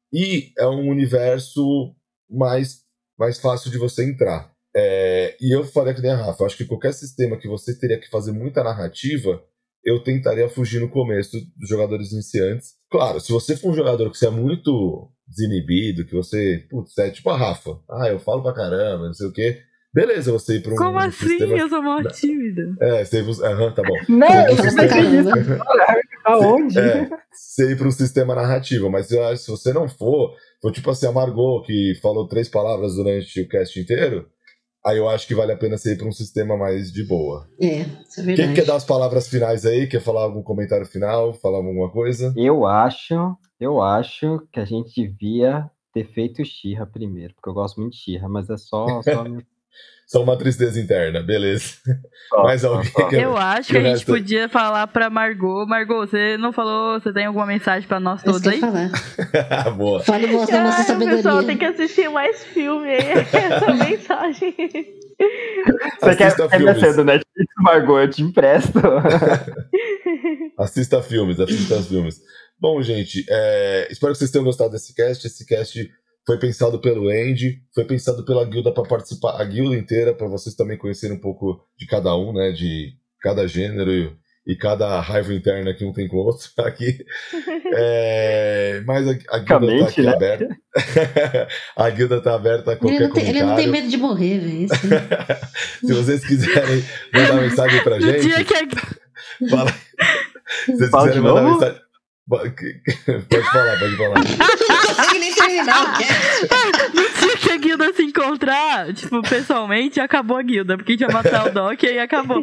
E é um universo mais, mais fácil de você entrar. É, e eu faria que nem a Rafa, eu acho que qualquer sistema que você teria que fazer muita narrativa, eu tentaria fugir no começo dos jogadores iniciantes. Claro, se você for um jogador que você é muito desinibido, que você, putz, é tipo a Rafa, ah, eu falo pra caramba, não sei o quê, beleza, você ir pra um, Como um assim? sistema... Eu sou mó tímida. É, você ir pra... Aham, tá bom. Não, Você ir Eu pra um falo pra sistema... caramba. Aonde? É, você ir para um sistema narrativo, mas eu acho que se você não for, for tipo assim, a Margot, que falou três palavras durante o cast inteiro, aí eu acho que vale a pena você ir para um sistema mais de boa. É, isso é Quem verdade. quer dar as palavras finais aí? Quer falar algum comentário final? Falar alguma coisa? Eu acho, eu acho que a gente devia ter feito She-Ra primeiro, porque eu gosto muito de She-Ra, mas é só, só meu... Só uma tristeza interna, beleza. Só, Mais só, alguém só. quer- Eu acho que que o a gente resto- podia falar pra Margot. Margot, você não falou, você tem alguma mensagem pra nós É isso todos que eu aí? ia falar. Boa. Fale mostra a nossa Ai, o pessoal sabedoria. tem que assistir mais filme aí. Essa mensagem. Você quer, Assista quer filmes. ver do Netflix, Margot? Eu te empresto. Assista filmes, assista filmes. Bom, gente, é, espero que vocês tenham gostado desse cast. Esse cast foi pensado pelo Andy, foi pensado pela guilda para participar, a guilda inteira, para vocês também conhecerem um pouco de cada um, né? De cada gênero e, e cada raiva interna que um tem com o outro aqui. É, mas a, a guilda tá aqui Basicamente, né? aberta. A guilda tá aberta a Ele qualquer não, tem, ele não tem comentário. medo de morrer, velho. Isso- Se vocês quiserem mandar mensagem pra No gente, dia que a, fala. Se vocês Fala de quiserem mandar novo? mensagem. Pode falar, pode falar. Não consegue nem terminar o cast. no dia que a guilda se encontrar, tipo, pessoalmente, acabou a guilda. Porque a gente ia matar o Doc e aí acabou.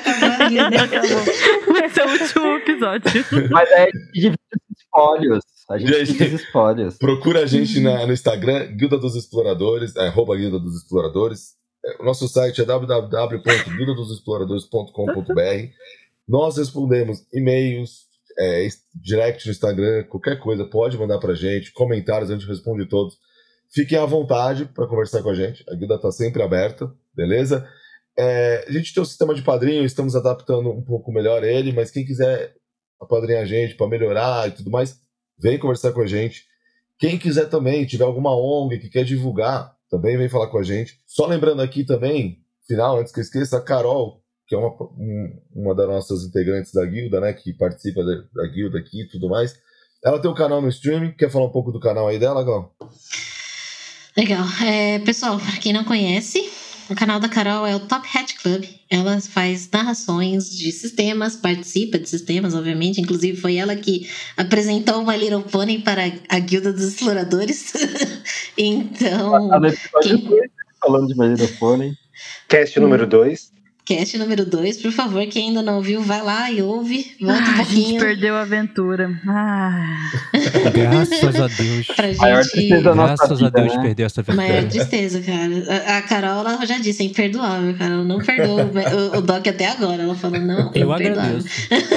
acabou. Vai ser o último episódio. Mas é, a gente divide os espólios. A gente Gente, divide os espólios. Procura a gente na, no Instagram, Guilda dos Exploradores, é, arroba Guilda dos Exploradores. É, o nosso site é w w w ponto guilda dos exploradores ponto com ponto b r. Nós respondemos e-mails, é, direct no Instagram, qualquer coisa, pode mandar pra gente, comentários, a gente responde todos. Fiquem à vontade para conversar com a gente, a guilda está sempre aberta, beleza? É, a gente tem um sistema de padrinho, estamos adaptando um pouco melhor ele, mas quem quiser apadrinhar a gente para melhorar e tudo mais, vem conversar com a gente. Quem quiser também, tiver alguma O N G que quer divulgar, também vem falar com a gente. Só lembrando aqui também, final, antes que eu esqueça, a Carol, que é uma, um, uma das nossas integrantes da guilda, né, que participa da, da guilda aqui e tudo mais. Ela tem um canal no streaming, quer falar um pouco do canal aí dela, Gal? Legal. É, pessoal, pra quem não conhece, o canal da Carol é o Top Hat Club. Ela faz narrações de sistemas, participa de sistemas, obviamente. Inclusive, foi ela que apresentou My Little Pony para a Guilda dos Exploradores. Então, Ah, no episódio quem- dois, falando de My Little Pony. Cast número dois. cast número dois. Por favor, quem ainda não ouviu, vai lá e ouve. Volta ah, um pouquinho. A gente perdeu a aventura. Ah. Graças a Deus. Pra gente... Maior tristeza Graças a Deus, né? perdeu essa aventura. Maior tristeza, cara. A, a Carol, ela já disse, é imperdoável, cara. Ela não perdoa o, o Doc até agora. Ela falou, não, Eu não agradeço.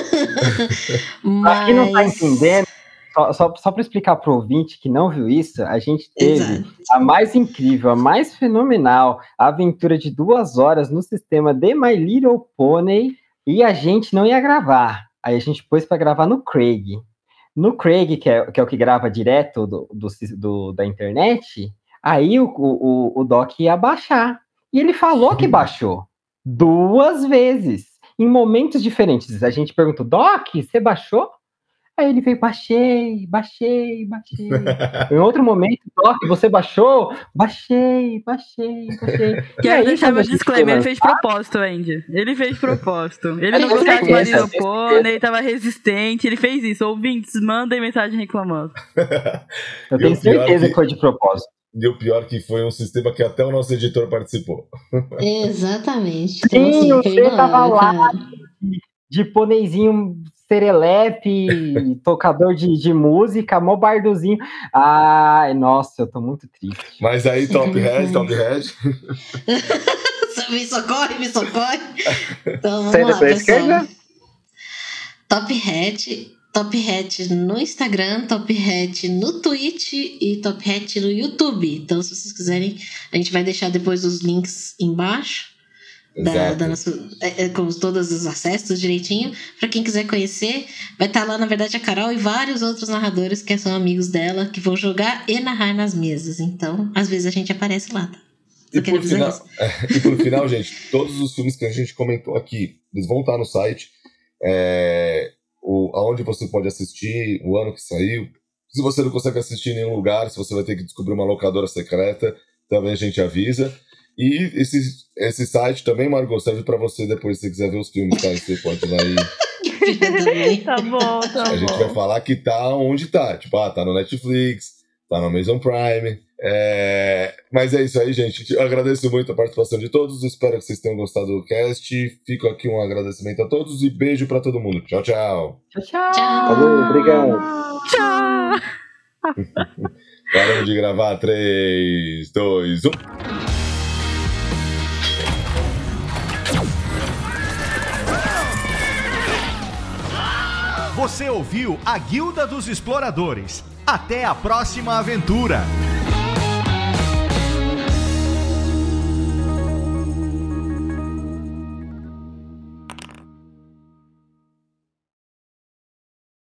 Mas... Pra quem não tá entendendo, só, só, só para explicar pro ouvinte que não viu isso, a gente teve Exato. a mais incrível, a mais fenomenal aventura de duas horas no sistema de My Little Pony e a gente não ia gravar. Aí a gente pôs para gravar no Craig. No Craig, que é, que é o que grava direto do, do, do, da internet, aí o, o, o Doc ia baixar. E ele falou que baixou duas vezes, em momentos diferentes. A gente perguntou, Doc, você baixou? Aí ele veio, baixei, baixei, baixei. Em outro momento, Doc, você baixou? Baixei, baixei, baixei. Quero deixar meu quando a gente disclaimer, foi ele fez lançar- propósito, Andy. Ele fez propósito. Ele Eu não tenho gostava de certeza, Marino eu tenho Pônei, certeza. ele tava resistente, ele fez isso. Ouvintes, mandem mensagem reclamando. Eu E tenho o pior certeza que- que foi de propósito. E o pior que foi um sistema que até o nosso editor participou. Exatamente. Então, Sim, assim, você perdoável, tava lá. cara. De pôneizinho serelepe, tocador de, de música, mó bardozinho. Ai, nossa, eu tô muito triste. Mas aí, Top Head, Top Head. Me socorre, me socorre. Então, vamos Sai lá, da tua pessoal. esquerda? Top Hat, Top Hat no Instagram, Top Hat no Twitch e Top Hat no YouTube. Então, se vocês quiserem, a gente vai deixar depois os links embaixo. Da, Exato. da nossa, é, é, com todos os acessos direitinho. Pra quem quiser conhecer, vai estar lá, na verdade, a Carol e vários outros narradores que são amigos dela, que vão jogar e narrar nas mesas. Então, às vezes a gente aparece lá, tá? Só E queria por, dizer final, isso. e por final, gente, todos os filmes que a gente comentou aqui, eles vão estar no site. É, o, aonde você pode assistir, o ano que saiu. Se você não consegue assistir em nenhum lugar, se você vai ter que descobrir uma locadora secreta, também a gente avisa. E esse, esse site também, Margot, serve pra você depois, se você quiser ver os filmes, tá? Você pode ir lá e Também. Tá bom, tá a gente bom. vai falar que tá onde tá. Tipo, ah, tá no Netflix, tá no Amazon Prime. É... Mas é isso aí, gente. Eu agradeço muito a participação de todos. Espero que vocês tenham gostado do cast. Fico aqui um agradecimento a todos e beijo pra todo mundo. Tchau, tchau. Tchau, tchau. Tchau. Falou, obrigado. Tchau! Paramos de gravar. três, dois, um. Você ouviu a Guilda dos Exploradores. Até a próxima aventura!